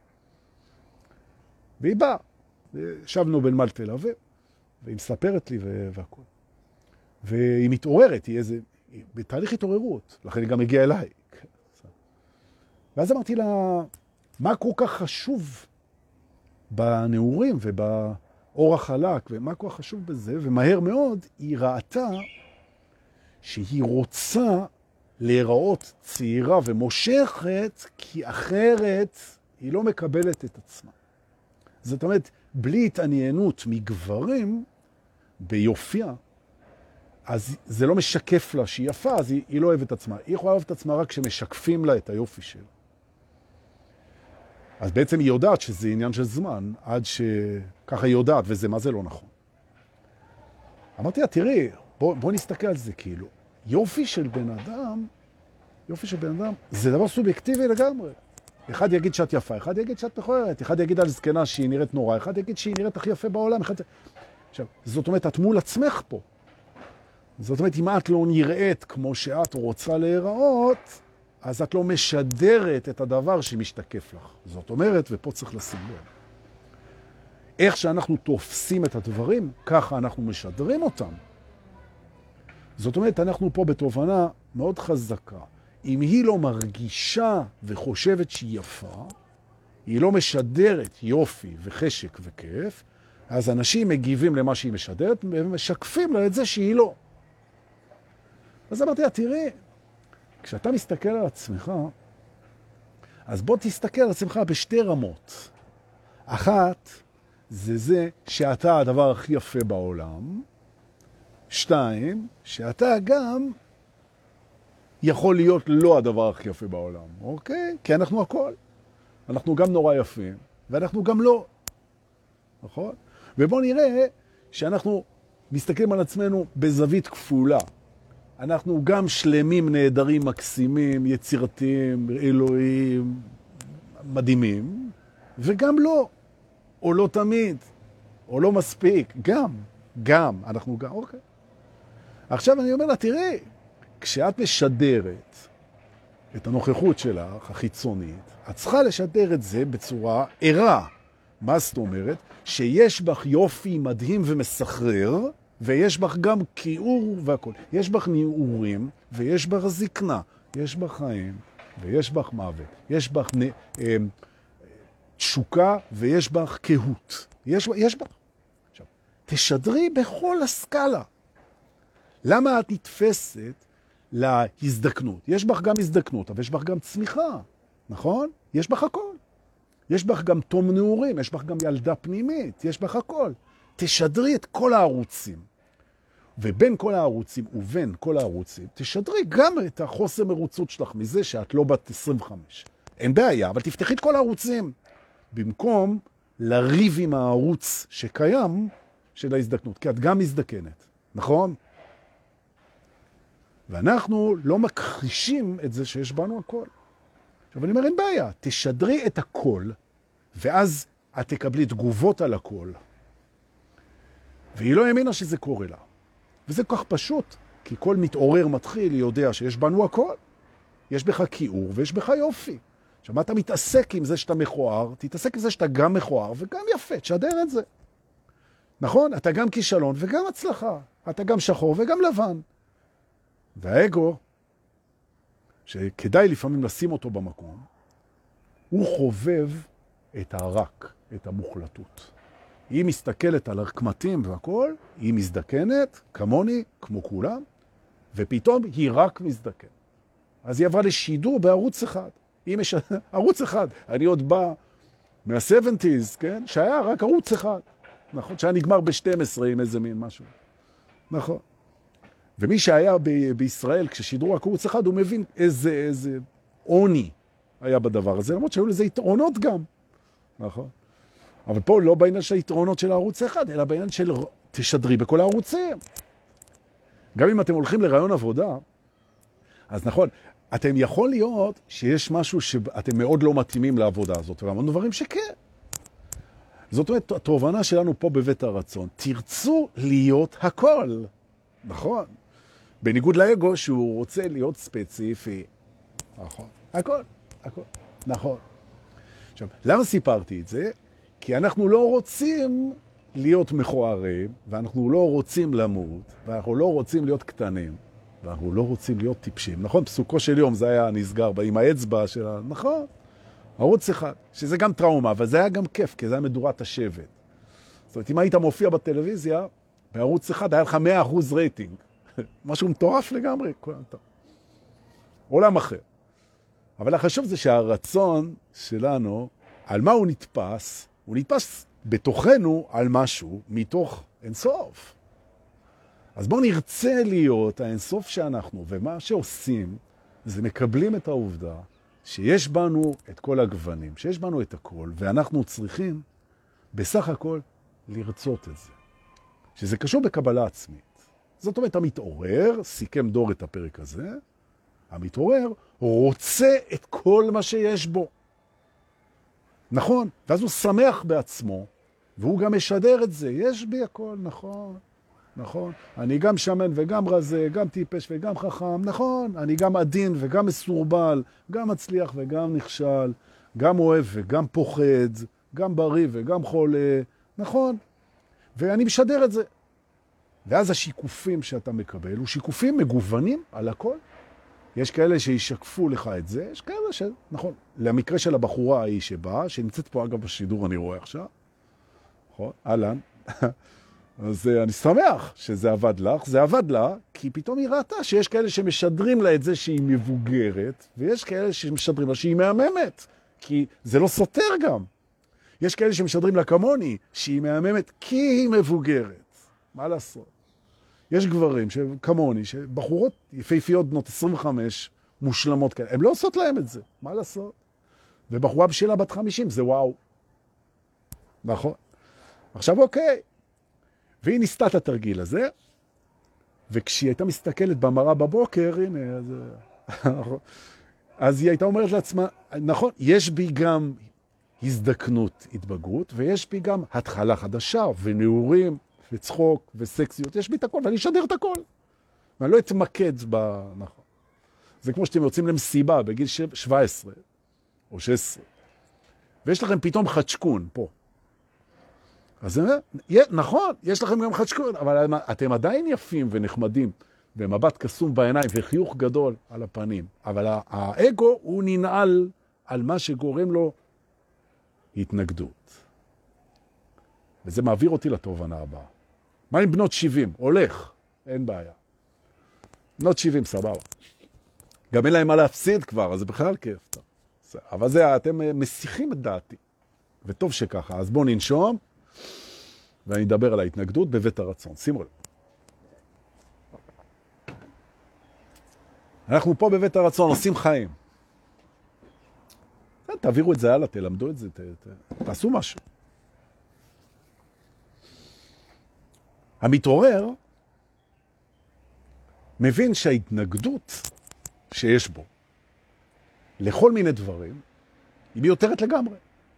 והיא באה, ישבנו בנמל תל אביב, והיא מספרת לי והכל. והיא מתעוררת, היא בתהליך התעוררות, לכן היא גם הגיעה אליי. ואז אמרתי לה, מה כל כך חשוב בנעורים ובאורח חלק, ומה כל כך חשוב בזה, ומהר מאוד היא ראתה שהיא רוצה להיראות צעירה ומושכת, כי אחרת היא לא מקבלת את עצמה. זאת אומרת, בלי התעניינות מגברים ביופייה, אז זה לא משקף לה שהיא יפה, אז היא לא אוהבת את עצמה. היא יכולה לאהוב את עצמה רק כשמשקפים לה את היופי שלה. אז בעצם היא יודעת שזה עניין של זמן, עד שככה היא יודעת, וזה מה זה לא נכון. אמרתי לה, תראי, בוא נסתכל על זה כאילו. יופי של בן אדם, זה דבר סובייקטיבי לגמרי. אחד יגיד שאת יפה, אחד יגיד שאת מכוערת, אחד יגיד על זקנה שהיא נראית נורא, אחד יגיד שהיא נראית הכי יפה בעולם. עכשיו, זאת אומרת, את מול עצמך פה. זאת אומרת, אם את לא נראית כמו שאת רוצה להיראות, אז את לא משדרת את הדבר שמשתקף לך. זאת אומרת, ופה צריך לשים לב, איך שאנחנו תופסים את הדברים, ככה אנחנו משדרים אותם. זאת אומרת, אנחנו פה בתובנה מאוד חזקה. אם היא לא מרגישה וחושבת שהיא יפה, היא לא משדרת יופי וחשק וכיף, אז אנשים מגיבים למה שהיא משדרת ומשקפים לה את זה שהיא לא. אז אמרתי לה, תראי, כשאתה מסתכל על עצמך, אז בוא תסתכל על עצמך בשתי רמות. אחת, זה שאתה הדבר הכי יפה בעולם. שתיים, שאתה גם יכול להיות לא הדבר הכי יפה בעולם. אוקיי? כי אנחנו הכל. אנחנו גם נורא יפים, ואנחנו גם לא. נכון? ובוא נראה שאנחנו מסתכלים על עצמנו בזווית כפולה. אנחנו גם שלמים, נהדרים, מקסימים, יצירתיים, אלוהים, מדהימים, וגם לא. או לא תמיד, או לא מספיק. גם, אנחנו גם, אוקיי. עכשיו אני אומר לה, תראי, כשאת משדרת את הנוכחות שלך, החיצונית, את צריכה לשדר את זה בצורה ערה. מה זאת אומרת? שיש בך יופי מדהים ומסחרר, ויש בך גם כיעור והכל. יש בך ניעורים, ויש בך זקנה. יש בך חיים, ויש בך מוות. יש בך תשוקה, ויש בך כהות. יש בך. עכשיו, תשדרי בכל הסקאלה. למה את נתפסת להזדקנות? יש בך גם הזדקנות, אבל יש בך גם צמיחה, נכון? יש בך הכל. יש בך גם תום נעורים, יש בך גם ילדה פנימית, יש בך הכל. תשדרי את כל הערוצים. ובין כל הערוצים ובין כל הערוצים, תשדרי גם את החוסר מרוצות שלך מזה שאת לא בת 25. אין בעיה, אבל תפתחי את כל הערוצים. במקום לריב עם הערוץ שקיים של ההזדקנות, כי את גם מזדקנת, נכון? ואנחנו לא מכחישים את זה שיש בנו הכל. עכשיו אני אומר, אין בעיה, תשדרי את הכל, ואז את תקבלי תגובות על הכל. והיא לא האמינה שזה קורה לה. וזה כל כך פשוט, כי כל מתעורר מתחיל יודע שיש בנו הכל. יש בך כיעור ויש בך יופי. עכשיו, מה אתה מתעסק עם זה שאתה מכוער? תתעסק עם זה שאתה גם מכוער וגם יפה, תשדר את זה. נכון? אתה גם כישלון וגם הצלחה. אתה גם שחור וגם לבן. והאגו, שכדאי לפעמים לשים אותו במקום, הוא חובב את הרק, את המוחלטות. היא מסתכלת על הרקמתים והכל, היא מזדקנת, כמוני, כמו כולם, ופתאום היא רק מזדקנת. אז היא עברה לשידור בערוץ אחד. ערוץ אחד. אני עוד בא מה-70s, כן? שהיה רק ערוץ אחד. נכון? שהיה נגמר ב-12 עם איזה מין משהו. נכון. ומי שהיה בישראל, כששידרו רק ערוץ אחד, הוא מבין איזה עוני היה בדבר הזה, למרות שהיו לזה יתרונות גם. נכון? אבל פה לא בעניין של היתרונות של הערוץ אחד, אלא בעניין של תשדרי בכל הערוצים. גם אם אתם הולכים לרעיון עבודה, אז נכון, אתם יכול להיות שיש משהו שאתם מאוד לא מתאימים לעבודה הזאת, והמון דברים שכן. זאת אומרת, התובנה שלנו פה בבית הרצון, תרצו להיות הכל. נכון. בניגוד לאגו שהוא רוצה להיות ספציפי. נכון. הכל. נכון. עכשיו, למה סיפרתי את זה? כי אנחנו לא רוצים להיות מכוערים, ואנחנו לא רוצים למות, ואנחנו לא רוצים להיות קטנים, ואנחנו לא רוצים להיות טיפשים. נכון? פסוקו של יום זה היה נסגר עם האצבע שלה. נכון. ערוץ אחד, שזה גם טראומה, אבל זה היה גם כיף, כי זה היה מדורת השבט. זאת אומרת, אם היית מופיע בטלוויזיה, בערוץ אחד היה לך 100% רייטינג. משהו מטורף לגמרי. עולם אחר. אבל החשוב זה שהרצון שלנו, על מה הוא נתפס? הוא נתפס בתוכנו על משהו מתוך אינסוף. אז בואו נרצה להיות האינסוף שאנחנו, ומה שעושים זה מקבלים את העובדה שיש בנו את כל הגוונים, שיש בנו את הכל, ואנחנו צריכים בסך הכל לרצות את זה. שזה קשור בקבלה עצמית. זאת אומרת, המתעורר, סיכם דור את הפרק הזה, המתעורר רוצה את כל מה שיש בו. נכון, ואז הוא שמח בעצמו, והוא גם משדר את זה. יש בי הכל, נכון. נכון? אני גם שמן וגם רזה, גם טיפש וגם חכם, נכון? אני גם עדין וגם מסורבל, גם מצליח וגם נכשל, גם אוהב וגם פוחד, גם בריא וגם חולה, נכון? ואני משדר את זה. ואז השיקופים שאתה מקבל, הוא שיקופים מגוונים על הכל. יש כאלה שישקפו לך את זה, יש כאלה נכון, למקרה של הבחורה ההיא שבאה, שנמצאת פה אגב בשידור אני רואה עכשיו, נכון, אהלן, אז אני שמח שזה עבד לך, זה עבד לה, כי פתאום היא ראתה שיש כאלה שמשדרים לה את זה שהיא מבוגרת, ויש כאלה שמשדרים לה שהיא מהממת, כי זה לא סותר גם. יש כאלה שמשדרים לה כמוני, שהיא מהממת כי היא מבוגרת. מה לעשות? יש גברים כמוני, שבחורות יפהפיות בנות 25, מושלמות כאלה, הן לא עושות להם את זה. מה לעשות? ובחורה בשלה בת 50, זה וואו. נכון? עכשיו אוקיי. והיא ניסתה את התרגיל הזה, וכשהיא הייתה מסתכלת במראה בבוקר, הנה, אז היא הייתה אומרת לעצמה, נכון, יש בי גם הזדקנות, התבגרות, ויש בי גם התחלה חדשה, ונעורים, וצחוק, וסקסיות, יש בי את הכל, ואני אשדר את הכל. ואני לא אתמקד נכון. זה כמו שאתם יוצאים למסיבה בגיל 17, או 16, ויש לכם פתאום חדשקון פה. אז נכון, יש לכם גם חדשקון, אבל אתם עדיין יפים ונחמדים, ומבט קסום בעיניים וחיוך גדול על הפנים. אבל האגו הוא ננעל על מה שגורם לו התנגדות. וזה מעביר אותי לתובנה הבאה. מה עם בנות 70? הולך, אין בעיה. בנות 70, סבבה. גם אין להם מה להפסיד כבר, אז זה בכלל כיף. אבל זה, אתם מסיחים את דעתי. וטוב שככה, אז בואו ננשום. ואני אדבר על ההתנגדות בבית הרצון. שימו לב. אנחנו פה בבית הרצון, עושים חיים. תעבירו את זה הלאה, תלמדו את זה, תעשו משהו. המתעורר מבין שההתנגדות שיש בו לכל מיני דברים היא מיותרת לגמרי.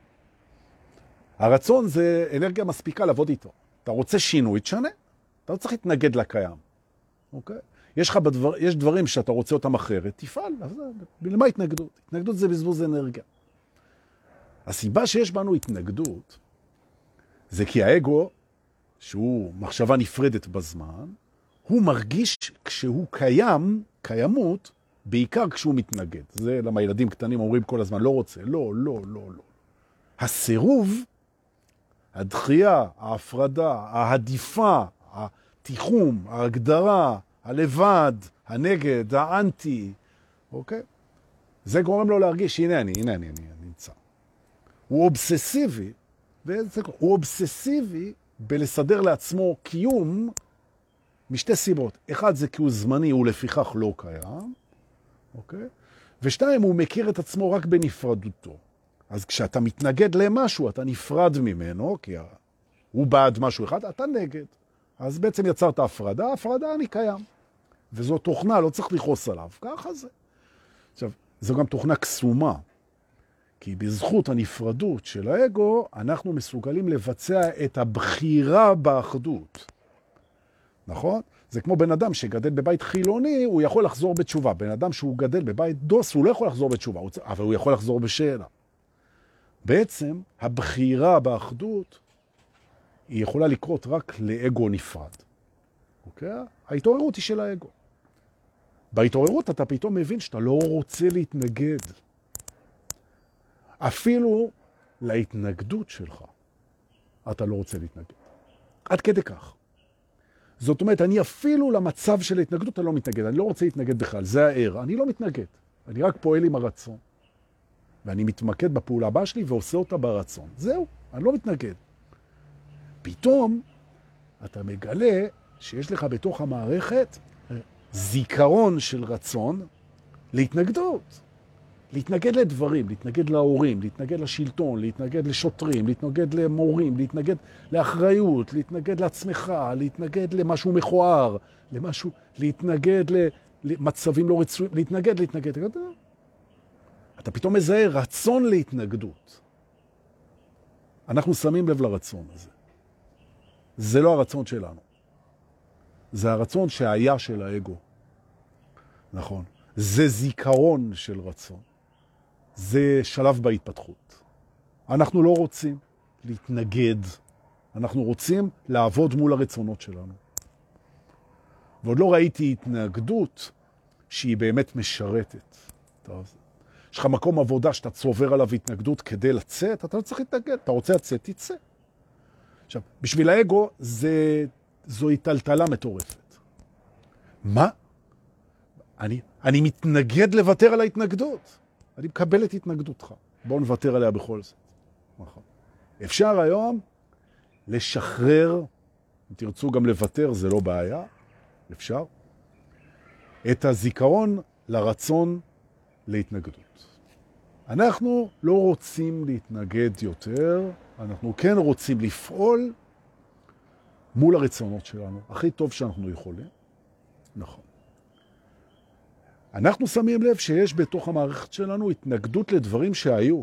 הרצון זה אנרגיה מספיקה לעבוד איתו. אתה רוצה שינוי, תשנה. אתה לא צריך להתנגד לקיים. אוקיי? יש דברים שאתה רוצה אותם אחרת, תפעל. למה התנגדות? התנגדות זה בזבוז אנרגיה. הסיבה שיש בנו התנגדות זה כי האגו, שהוא מחשבה נפרדת בזמן, הוא מרגיש כשהוא קיימות, בעיקר כשהוא מתנגד. זה למה ילדים קטנים אומרים כל הזמן, לא רוצה, לא, לא, לא, לא. הסירוב, הדחייה, ההפרדה, ההדיפה, התיחום, ההגדרה, הלבד, הנגד, האנטי, אוקיי? זה גורם לו להרגיש, הנה אני נמצא. הוא אובססיבי, הוא אובססיבי בלסדר לעצמו קיום משתי סיבות. אחד זה כי הוא זמני, הוא לפיכך לא קיים, אוקיי? ושתיים, הוא מכיר את עצמו רק בנפרדותו. אז כשאתה מתנגד למשהו, אתה נפרד ממנו, כי הוא בעד משהו אחד, אתה נגד. אז בעצם יצרת הפרדה, הפרדה אני קיים. וזו תוכנה, לא צריך לכעוס עליו, ככה זה. עכשיו, זו גם תוכנה קסומה, כי בזכות הנפרדות של האגו, אנחנו מסוגלים לבצע את הבחירה באחדות. נכון? זה כמו בן אדם שגדל בבית חילוני, הוא יכול לחזור בתשובה. בן אדם שהוא גדל בבית דוס, הוא לא יכול לחזור בתשובה, אבל הוא יכול לחזור בשאלה. בעצם, הבחירה באחדות היא יכולה לקרות רק לאגו נפרד. אוקיי? ההתעוררות היא של האגו. בהתעוררות אתה פתאום מבין שאתה לא רוצה להתנגד. אפילו להתנגדות שלך אתה לא רוצה להתנגד. עד כדי כך. זאת אומרת, אני אפילו למצב של ההתנגדות אני לא מתנגד. אני לא רוצה להתנגד בכלל, זה הער. אני לא מתנגד. אני רק פועל עם הרצון. ואני מתמקד בפעולה הבאה שלי ועושה אותה ברצון. זהו, אני לא מתנגד. פתאום אתה מגלה שיש לך בתוך המערכת זיכרון של רצון להתנגדות. להתנגד לדברים, להתנגד להורים, להתנגד לשלטון, להתנגד לשוטרים, להתנגד למורים, להתנגד לאחריות, להתנגד לעצמך, להתנגד למשהו מכוער, למשהו, להתנגד למצבים לא רצויים, להתנגד. אתה פתאום מזהה רצון להתנגדות. אנחנו שמים לב לרצון הזה. זה לא הרצון שלנו. זה הרצון שהיה של האגו. נכון. זה זיכרון של רצון. זה שלב בהתפתחות. אנחנו לא רוצים להתנגד. אנחנו רוצים לעבוד מול הרצונות שלנו. ועוד לא ראיתי התנגדות שהיא באמת משרתת. יש לך מקום עבודה שאתה צובר עליו התנגדות כדי לצאת, אתה לא צריך להתנגד. אתה רוצה לצאת, תצא. עכשיו, בשביל האגו זו טלטלה מטורפת. מה? אני מתנגד לוותר על ההתנגדות. אני מקבל את התנגדותך. בואו נוותר עליה בכל זאת. נכון. אפשר היום לשחרר, אם תרצו גם לוותר, זה לא בעיה. אפשר. את הזיכרון לרצון להתנגדות. אנחנו לא רוצים להתנגד יותר, אנחנו כן רוצים לפעול מול הרצונות שלנו, הכי טוב שאנחנו יכולים. נכון. אנחנו שמים לב שיש בתוך המערכת שלנו התנגדות לדברים שהיו.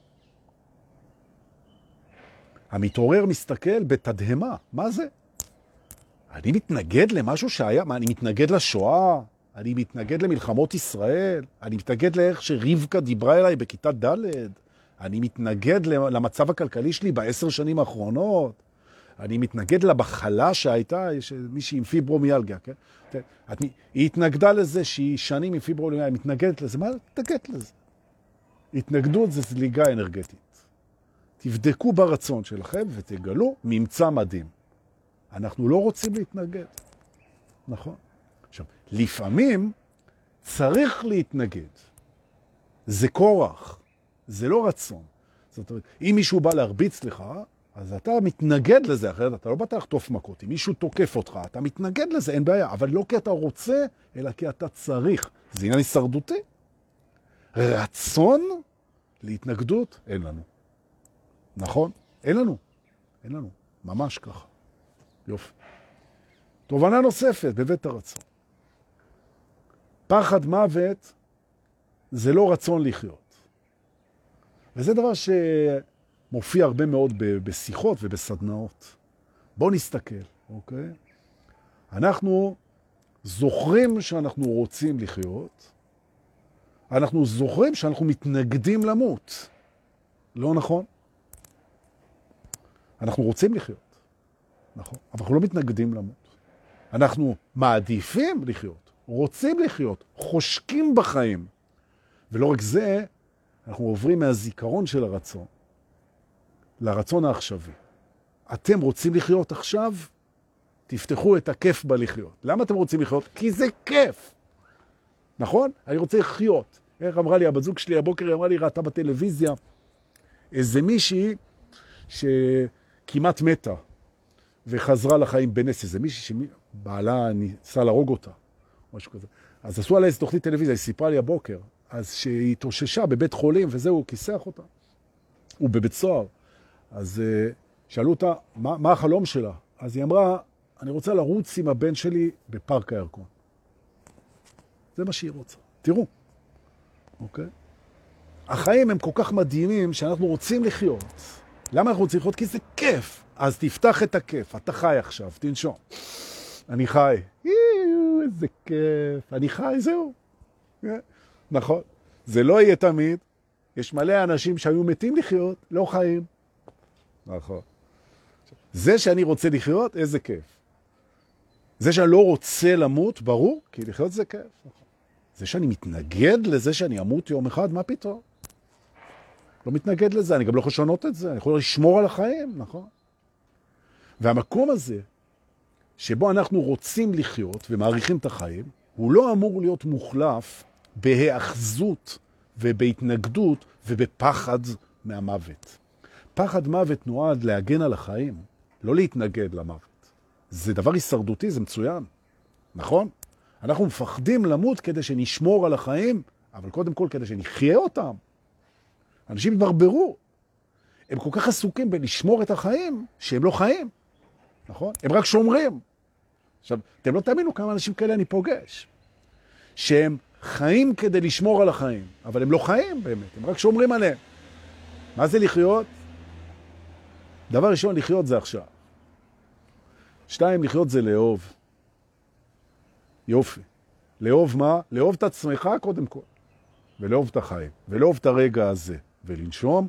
המתעורר מסתכל בתדהמה. מה זה? אני מתנגד למשהו שהיה? מה, אני מתנגד לשואה? אני מתנגד למלחמות ישראל? אני מתנגד לאיך שרבקה דיברה אליי בכיתה ד'? אני מתנגד למצב הכלכלי שלי ב10 שנים האחרונות? אני מתנגד למחלה שהייתה, מישהי עם פיברומיאלגיה, כן? היא התנגדה לזה שהיא שנים עם פיברומיאלגיה, היא מתנגדת לזה. מה להתנגד לזה? התנגדות זה זליגה אנרגטית. תבדקו ברצון שלכם ותגלו ממצא מדהים. אנחנו לא רוצים להתנגד. נכון? עכשיו, לפעמים צריך להתנגד. זה כורח. זה לא רצון. זאת אומרת, אם מישהו בא להרביץ לך, אז אתה מתנגד לזה, אחרת אתה לא באת לחטוף מכות. אם מישהו תוקף אותך, אתה מתנגד לזה, אין בעיה. אבל לא כי אתה רוצה, אלא כי אתה צריך. זה עניין הישרדותי. רצון להתנגדות, אין לנו. נכון? אין לנו. אין לנו. ממש ככה. יופי. תובנה נוספת בבית הרצון. פחד מוות זה לא רצון לחיות. וזה דבר שמופיע הרבה מאוד בשיחות ובסדנאות. בואו נסתכל, אוקיי? אנחנו זוכרים שאנחנו רוצים לחיות, אנחנו זוכרים שאנחנו מתנגדים למות. לא נכון? אנחנו רוצים לחיות. נכון. אבל אנחנו לא מתנגדים למות. אנחנו מעדיפים לחיות, רוצים לחיות, חושקים בחיים. ולא רק זה, אנחנו עוברים מהזיכרון של הרצון לרצון העכשווי. אתם רוצים לחיות עכשיו? תפתחו את הכיף בלחיות. למה אתם רוצים לחיות? כי זה כיף. נכון? אני רוצה לחיות. איך אמרה לי, הבת זוג שלי הבוקר, היא אמרה לי, ראתה בטלוויזיה, איזה מישהי שכמעט מתה, וחזרה לחיים בנס, איזה מישהי שבעלה ניסה להרוג אותה, משהו כזה. אז עשו עליה איזו תוכנית טלוויזיה, היא סיפרה לי הבוקר, אז שהיא תוששה בבית חולים, וזהו, הוא כיסח אותה. הוא בבית סוהר. אז שאלו אותה, מה החלום שלה? אז היא אמרה, אני רוצה לרוץ עם הבן שלי בפארק הירקון. זה מה שהיא רוצה. תראו. אוקיי? החיים הם כל כך מדהימים שאנחנו רוצים לחיות. למה אנחנו רוצים לחיות? כי זה כיף. אז תפתח את הכיף. אתה חי עכשיו, תנשום. אני חי. איזה כיף. אני חי, זהו. נכון. זה לא יהיה תמיד. יש מלא אנשים שהיו מתים לחיות, לא חיים. נכון. זה שאני רוצה לחיות, איזה כיף. זה שאני לא רוצה למות, ברור, כי לחיות זה כיף. נכון. זה שאני מתנגד לזה שאני אמות יום אחד, מה פתאום? לא מתנגד לזה, אני גם לא יכול לשנות את זה, אני יכול לשמור על החיים, נכון? והמקום הזה, שבו אנחנו רוצים לחיות ומעריכים את החיים, הוא לא אמור להיות מוחלף בהאחזות ובהתנגדות ובפחד מהמוות. פחד מוות נועד להגן על החיים, לא להתנגד למוות. זה דבר הישרדותי, זה מצוין, נכון? אנחנו מפחדים למות כדי שנשמור על החיים, אבל קודם כל כדי שנחיה אותם. אנשים התברברו. הם כל כך עסוקים בלשמור את החיים, שהם לא חיים. נכון? הם רק שומרים. עכשיו, אתם לא תאמינו כמה אנשים כאלה אני פוגש. שהם חיים כדי לשמור על החיים, אבל הם לא חיים באמת, הם רק שומרים עליהם. מה זה לחיות? דבר ראשון, לחיות זה עכשיו. 2, לחיות זה לאהוב. יופי. לאהוב מה? לאהוב את עצמך קודם כל. ולאהוב את החיים. ולאהוב את הרגע הזה. ולנשום.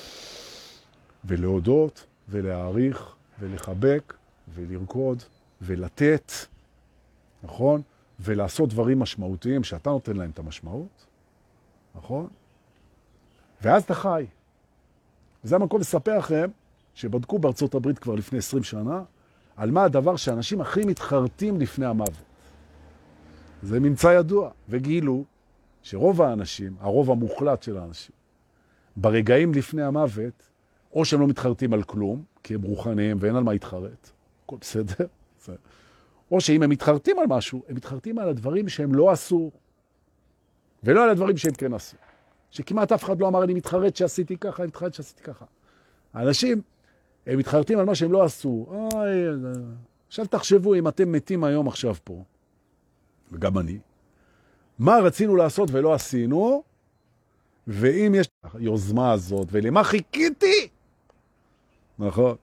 ולהודות. ולהעריך. ולחבק. ולרקוד. ולתת. נכון? ולעשות דברים משמעותיים שאתה נותן להם את המשמעות. נכון? ואז אתה חי. וזה המקום לספר לכם שבדקו בארצות הברית כבר לפני 20 שנה על מה הדבר שאנשים הכי מתחרטים לפני המוות. זה ממצא ידוע. וגילו שרוב האנשים, הרוב המוחלט של האנשים, ברגעים לפני המוות, או שהם לא מתחרטים על כלום, כי הם רוחניים ואין על מה להתחרט. הכל בסדר. או שאם הם מתחרטים על משהו, הם מתחרטים על הדברים שהם לא עשו, ולא על הדברים שהם כן עשו. שכמעט אף אחד לא אמר, אני מתחרט שעשיתי ככה, אני מתחרט שעשיתי ככה. האנשים, הם מתחרטים על מה שהם לא עשו. עכשיו תחשבו, אם אתם מתים היום עכשיו פה, וגם אני, מה רצינו לעשות ולא עשינו, ואם יש יוזמה הזאת, ולמה חיכיתי? נכון.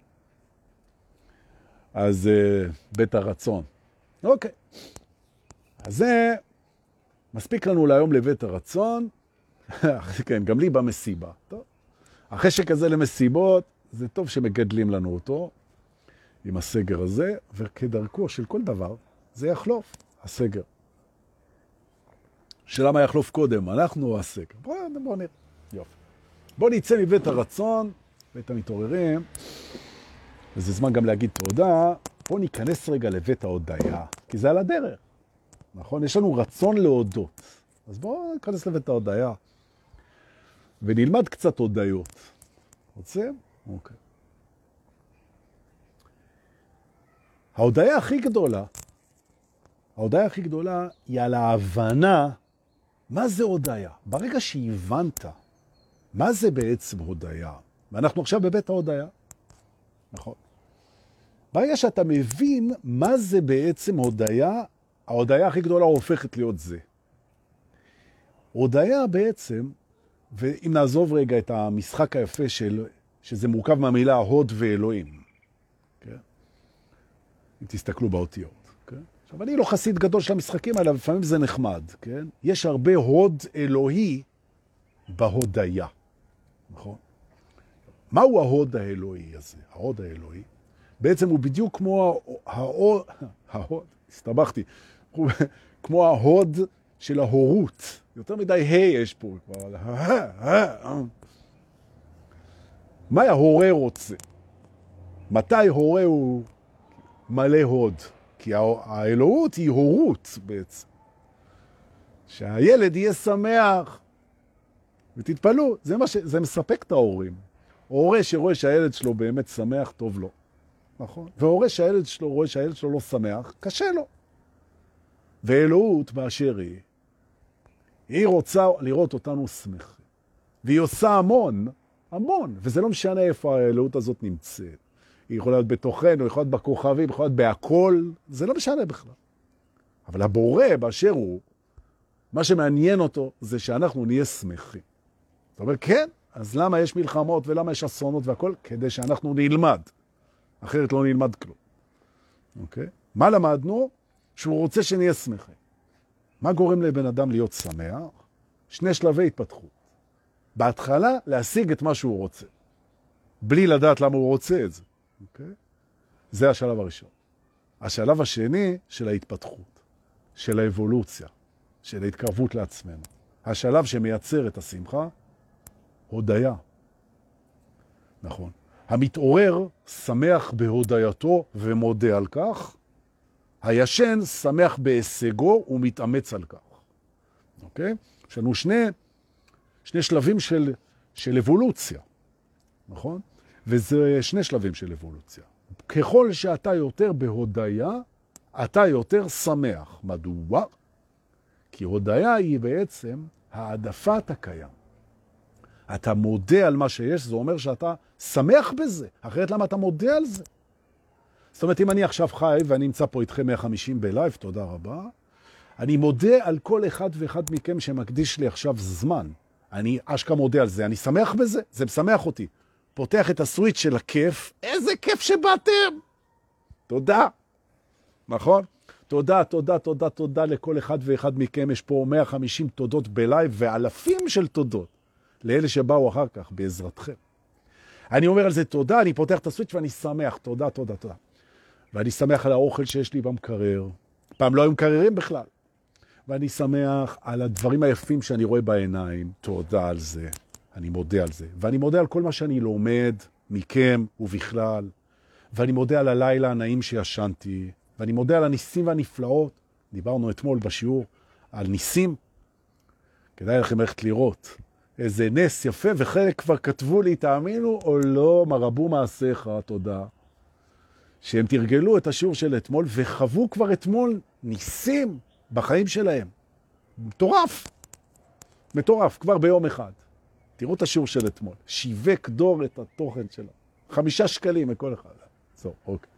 אז בית הרצון. אוקיי. אז זה מספיק לנו להיום לבית הרצון. כן, גם לי במסיבה. טוב. החשק הזה למסיבות, זה טוב שמגדלים לנו אותו עם הסגר הזה, וכדרכו של כל דבר, זה יחלוף, הסגר. שלמה יחלוף קודם, אנחנו או הסגר? בואו נראה. יופי. בואו נצא מבית הרצון, בית המתעוררים, וזה זמן גם להגיד תודה. בואו ניכנס רגע לבית ההודיה, כי זה על הדרך. נכון? יש לנו רצון להודות. אז בואו ניכנס לבית ההודיה, ונלמד קצת הודיות. רוצים? אוקיי. ההודיה הכי גדולה היא על ההבנה מה זה הודיה. ברגע שהבנת מה זה בעצם הודיה, ואנחנו עכשיו בבית ההודיה, נכון? ברגע שאתה מבין מה זה בעצם הודיה, ההודיה הכי גדולה הופכת להיות זה. הודיה בעצם, ואם נעזוב רגע את המשחק היפה שזה מורכב מהמילה הוד ואלוהים, כן? אם תסתכלו באותיות, כן? עכשיו, אני לא חסיד גדול של המשחקים האלה, לפעמים זה נחמד, כן? יש הרבה הוד אלוהי בהודיה, נכון? מהו ההוד האלוהי הזה? ההוד האלוהי, בעצם הוא בדיוק כמו הסתבכתי, כמו ההוד של ההורות. יותר מדי יש פה. מה ההורה רוצה? מתי הורה הוא מלא הוד? כי האלוהות היא הורות בעצם. שהילד יהיה שמח. ותתפלו, זה מספק את ההורים. הורה שרואה שהילד שלו באמת שמח, טוב לו. נכון? והורה שהילד שלו רואה שהילד שלו לא שמח, קשה לו. ואלוהות באשר היא רוצה לראות אותנו שמחים. והיא עושה המון, וזה לא משנה איפה האלוהות הזאת נמצאת. היא יכולה להיות בתוכנו, היא יכולה להיות בכוכבים, היא יכולה להיות בהכל, זה לא משנה בכלל. אבל הבורא באשר הוא, מה שמעניין אותו זה שאנחנו נהיה שמחים. זאת אומרת, כן, אז למה יש מלחמות ולמה יש אסונות והכל? כדי שאנחנו נלמד. אחרת לא נלמד כלום. אוקיי? מה למדנו? שהוא רוצה שנהיה שמחים. מה גורם לבן אדם להיות שמח? 2 שלבי התפתחות. בהתחלה להשיג את מה שהוא רוצה. בלי לדעת למה הוא רוצה את זה. אוקיי? זה השלב הראשון. השלב השני של ההתפתחות, של האבולוציה, של ההתקרבות לעצמנו. השלב שמייצר את השמחה, הודיה. נכון. המתעורר שמח בהודייתו ומודה על כך. הישן שמח בהישגו ומתאמץ על כך. אוקיי? יש לנו שני שלבים של אבולוציה. נכון? וזה 2 שלבים של אבולוציה. ככל שאתה יותר בהודיה, אתה יותר שמח. מדוע? כי הודיה היא בעצם העדפת הקיים. אתה מודה על מה שיש, זה אומר שאתה שמח בזה. אחרת למה אתה מודה על זה? זאת אומרת, אם אני עכשיו חי ואני נמצא פה איתכם 150 בלייב, תודה רבה, אני מודה על כל אחד ואחד מכם שמקדיש לי עכשיו זמן. אני אשכה מודה על זה, אני שמח בזה, זה משמח אותי. פותח את הסוויץ' של הכיף, איזה כיף שבאתם! תודה. נכון? תודה, תודה, תודה, תודה לכל אחד ואחד מכם. יש פה 150 תודות בלייב ואלפים של תודות לאלה שבאו אחר כך בעזרתכם. אני אומר על זה תודה, אני פותח את הסוויץ' ואני שמח. תודה, תודה, תודה. ואני שמח על האוכל שיש לי במקרר. פעם לא היו מקררים בכלל. ואני שמח על הדברים היפים שאני רואה בעיניים. תודה על זה. אני מודה על זה. ואני מודה על כל מה שאני לומד מכם ובכלל. ואני מודה על הלילה הנעים שישנתי. ואני מודה על הניסים והנפלאות. דיברנו אתמול בשיעור על ניסים. כדאי לכם ללכת לראות. איזה נס יפה, וחלק כבר כתבו לי, תאמינו או לא, מרבו מעשיך, תודה. שהם תרגלו את השיעור של אתמול, וחוו כבר אתמול ניסים בחיים שלהם. מטורף. מטורף, כבר ביום אחד. תראו את השיעור של אתמול. שיווק דור את התוכן שלו. 5 שקלים מכל אחד. זו, אוקיי.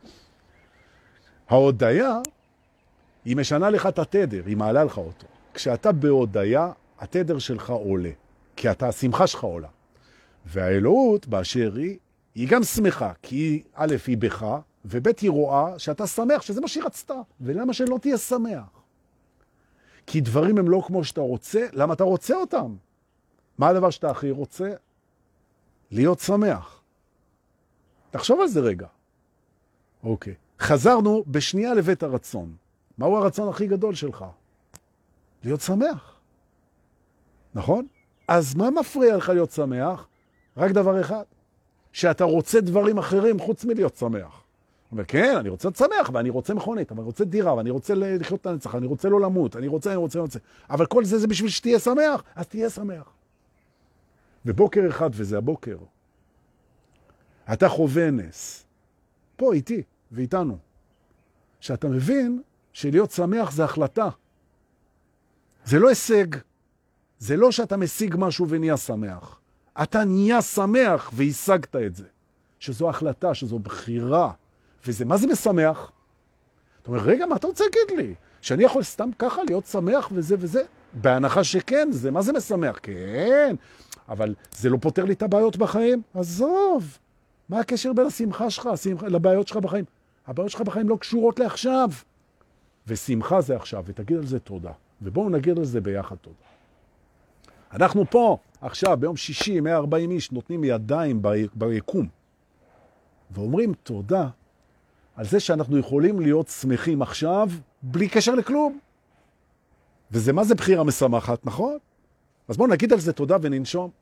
ההודעה, היא משנה לך את התדר, היא מעלה לך אותו. כשאתה בהודעה, התדר שלך עולה. כי השמחה שלך עולה. והאלוהות באשר היא גם שמחה, כי א' היא בך, וב' היא רואה שאתה שמח, שזה מה שהיא רצתה. ולמה שלא תהיה שמח? כי דברים הם לא כמו שאתה רוצה, למה אתה רוצה אותם? מה הדבר שאתה הכי רוצה? להיות שמח. תחשוב על זה רגע. אוקיי. חזרנו בשנייה לבית הרצון. מהו הרצון הכי גדול שלך? להיות שמח. נכון? אז מה מפריע לך להיות שמח? רק דבר אחד. שאתה רוצה דברים אחרים חוץ מלהיות שמח. אומר, כן, אני רוצה להיות שמח, ואני רוצה מכונית, אבל אני רוצה דירה, ואני רוצה לחיות את הנצח, אני רוצה לא למות, אני רוצה. אבל כל זה בשביל שתהיה שמח, אז תהיה שמח. ובוקר אחד, וזה הבוקר, אתה חווה נס. פה איתי ואיתנו. שאתה מבין שלהיות שמח זה החלטה. זה לא הישג. זה לא שאתה משיג משהו ונהיה שמח. אתה נהיה שמח והשגת את זה. שזו החלטה, שזו בחירה. וזה, מה זה משמח? אתה אומר, רגע, מה אתה רוצה להגיד לי? שאני יכול סתם ככה להיות שמח וזה וזה? בהנחה שכן, זה, מה זה משמח? כן, אבל זה לא פותר לי את הבעיות בחיים? עזוב. מה הקשר בין השמחה שלך לבעיות שלך בחיים? הבעיות שלך בחיים לא קשורות לעכשיו. ושמחה זה עכשיו, ותגיד על זה תודה. ובואו נגיד על זה ביחד תודה. אנחנו פה, עכשיו, ביום שישי, 140 איש, נותנים ידיים ביקום. ואומרים תודה על זה שאנחנו יכולים להיות שמחים עכשיו, בלי קשר לכלום. וזה מה זה בחירה משמחת, נכון? אז בואו נגיד על זה תודה וננשום.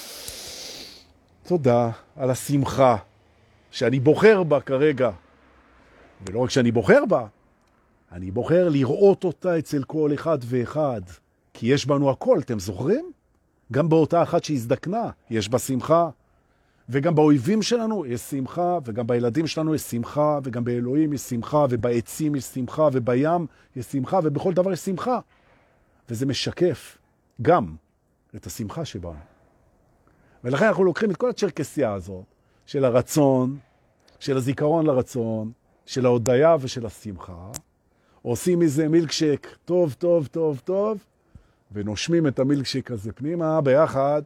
תודה על השמחה שאני בוחר בה כרגע. ולא רק שאני בוחר בה, אני בוחר לראות אותה אצל כל אחד ואחד. כי יש בנו הכל, אתם זוכרים? גם באותה אחת שהזדקנה, יש בה שמחה. וגם באויבים שלנו יש שמחה, וגם בילדים שלנו יש שמחה, וגם באלוהים יש שמחה, ובעצים יש שמחה, ובים יש שמחה, ובכל דבר יש שמחה. וזה משקף גם את השמחה שבנו. ולכן אנחנו לוקחים את כל הצ'רקסיה הזאת, של הרצון, של הזיכרון לרצון, של ההודעה ושל השמחה, עושים מזה מילקשק טוב, טוב, טוב, טוב, ונושמים את המילקשק הזה פנימה ביחד.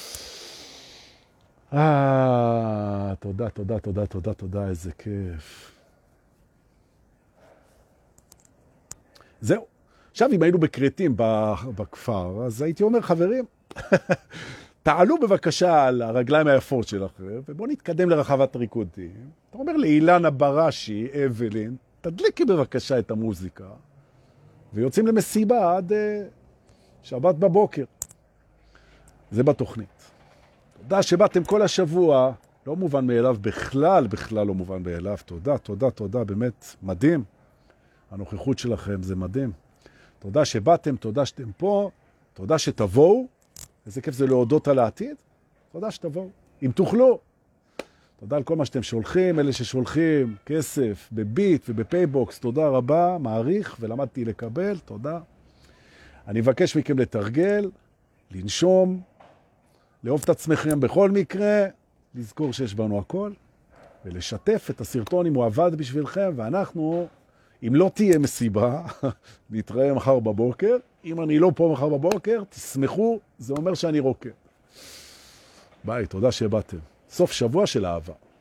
תודה, תודה, תודה, תודה, תודה, איזה כיף. זהו. עכשיו, אם היינו בקרטים בכפר, אז הייתי אומר, חברים, תעלו בבקשה על הרגליים היפות שלכם, ובואו נתקדם לרחבת ריקודים. אתה אומר לאילנה בראשי, אבלין, תדליקי בבקשה את המוזיקה, ויוצאים למסיבה עד שבת בבוקר. זה בתוכנית. תודה שבאתם כל השבוע, לא מובן מאליו בכלל, בכלל לא מובן מאליו. תודה, תודה, תודה, באמת מדהים. הנוכחות שלכם זה מדהים. תודה שבאתם, תודה שאתם פה, תודה שתבואו. איזה כיף זה להודות על העתיד. תודה שתבואו, אם תוכלו. תודה על כל מה שאתם שולחים, אלה ששולחים כסף בביט ובפייבוקס, תודה רבה, מעריך ולמדתי לקבל, תודה. אני מבקש מכם לתרגל, לנשום, לאהוב את עצמכם בכל מקרה, לזכור שיש בנו הכל, ולשתף את הסרטון אם הוא עבד בשבילכם, ואנחנו, אם לא תהיה מסיבה, נתראה מחר בבוקר. אם אני לא פה מחר בבוקר, תשמחו, זה אומר שאני רוקד. ביי, תודה שבאתם. סוף שבוע של אהבה.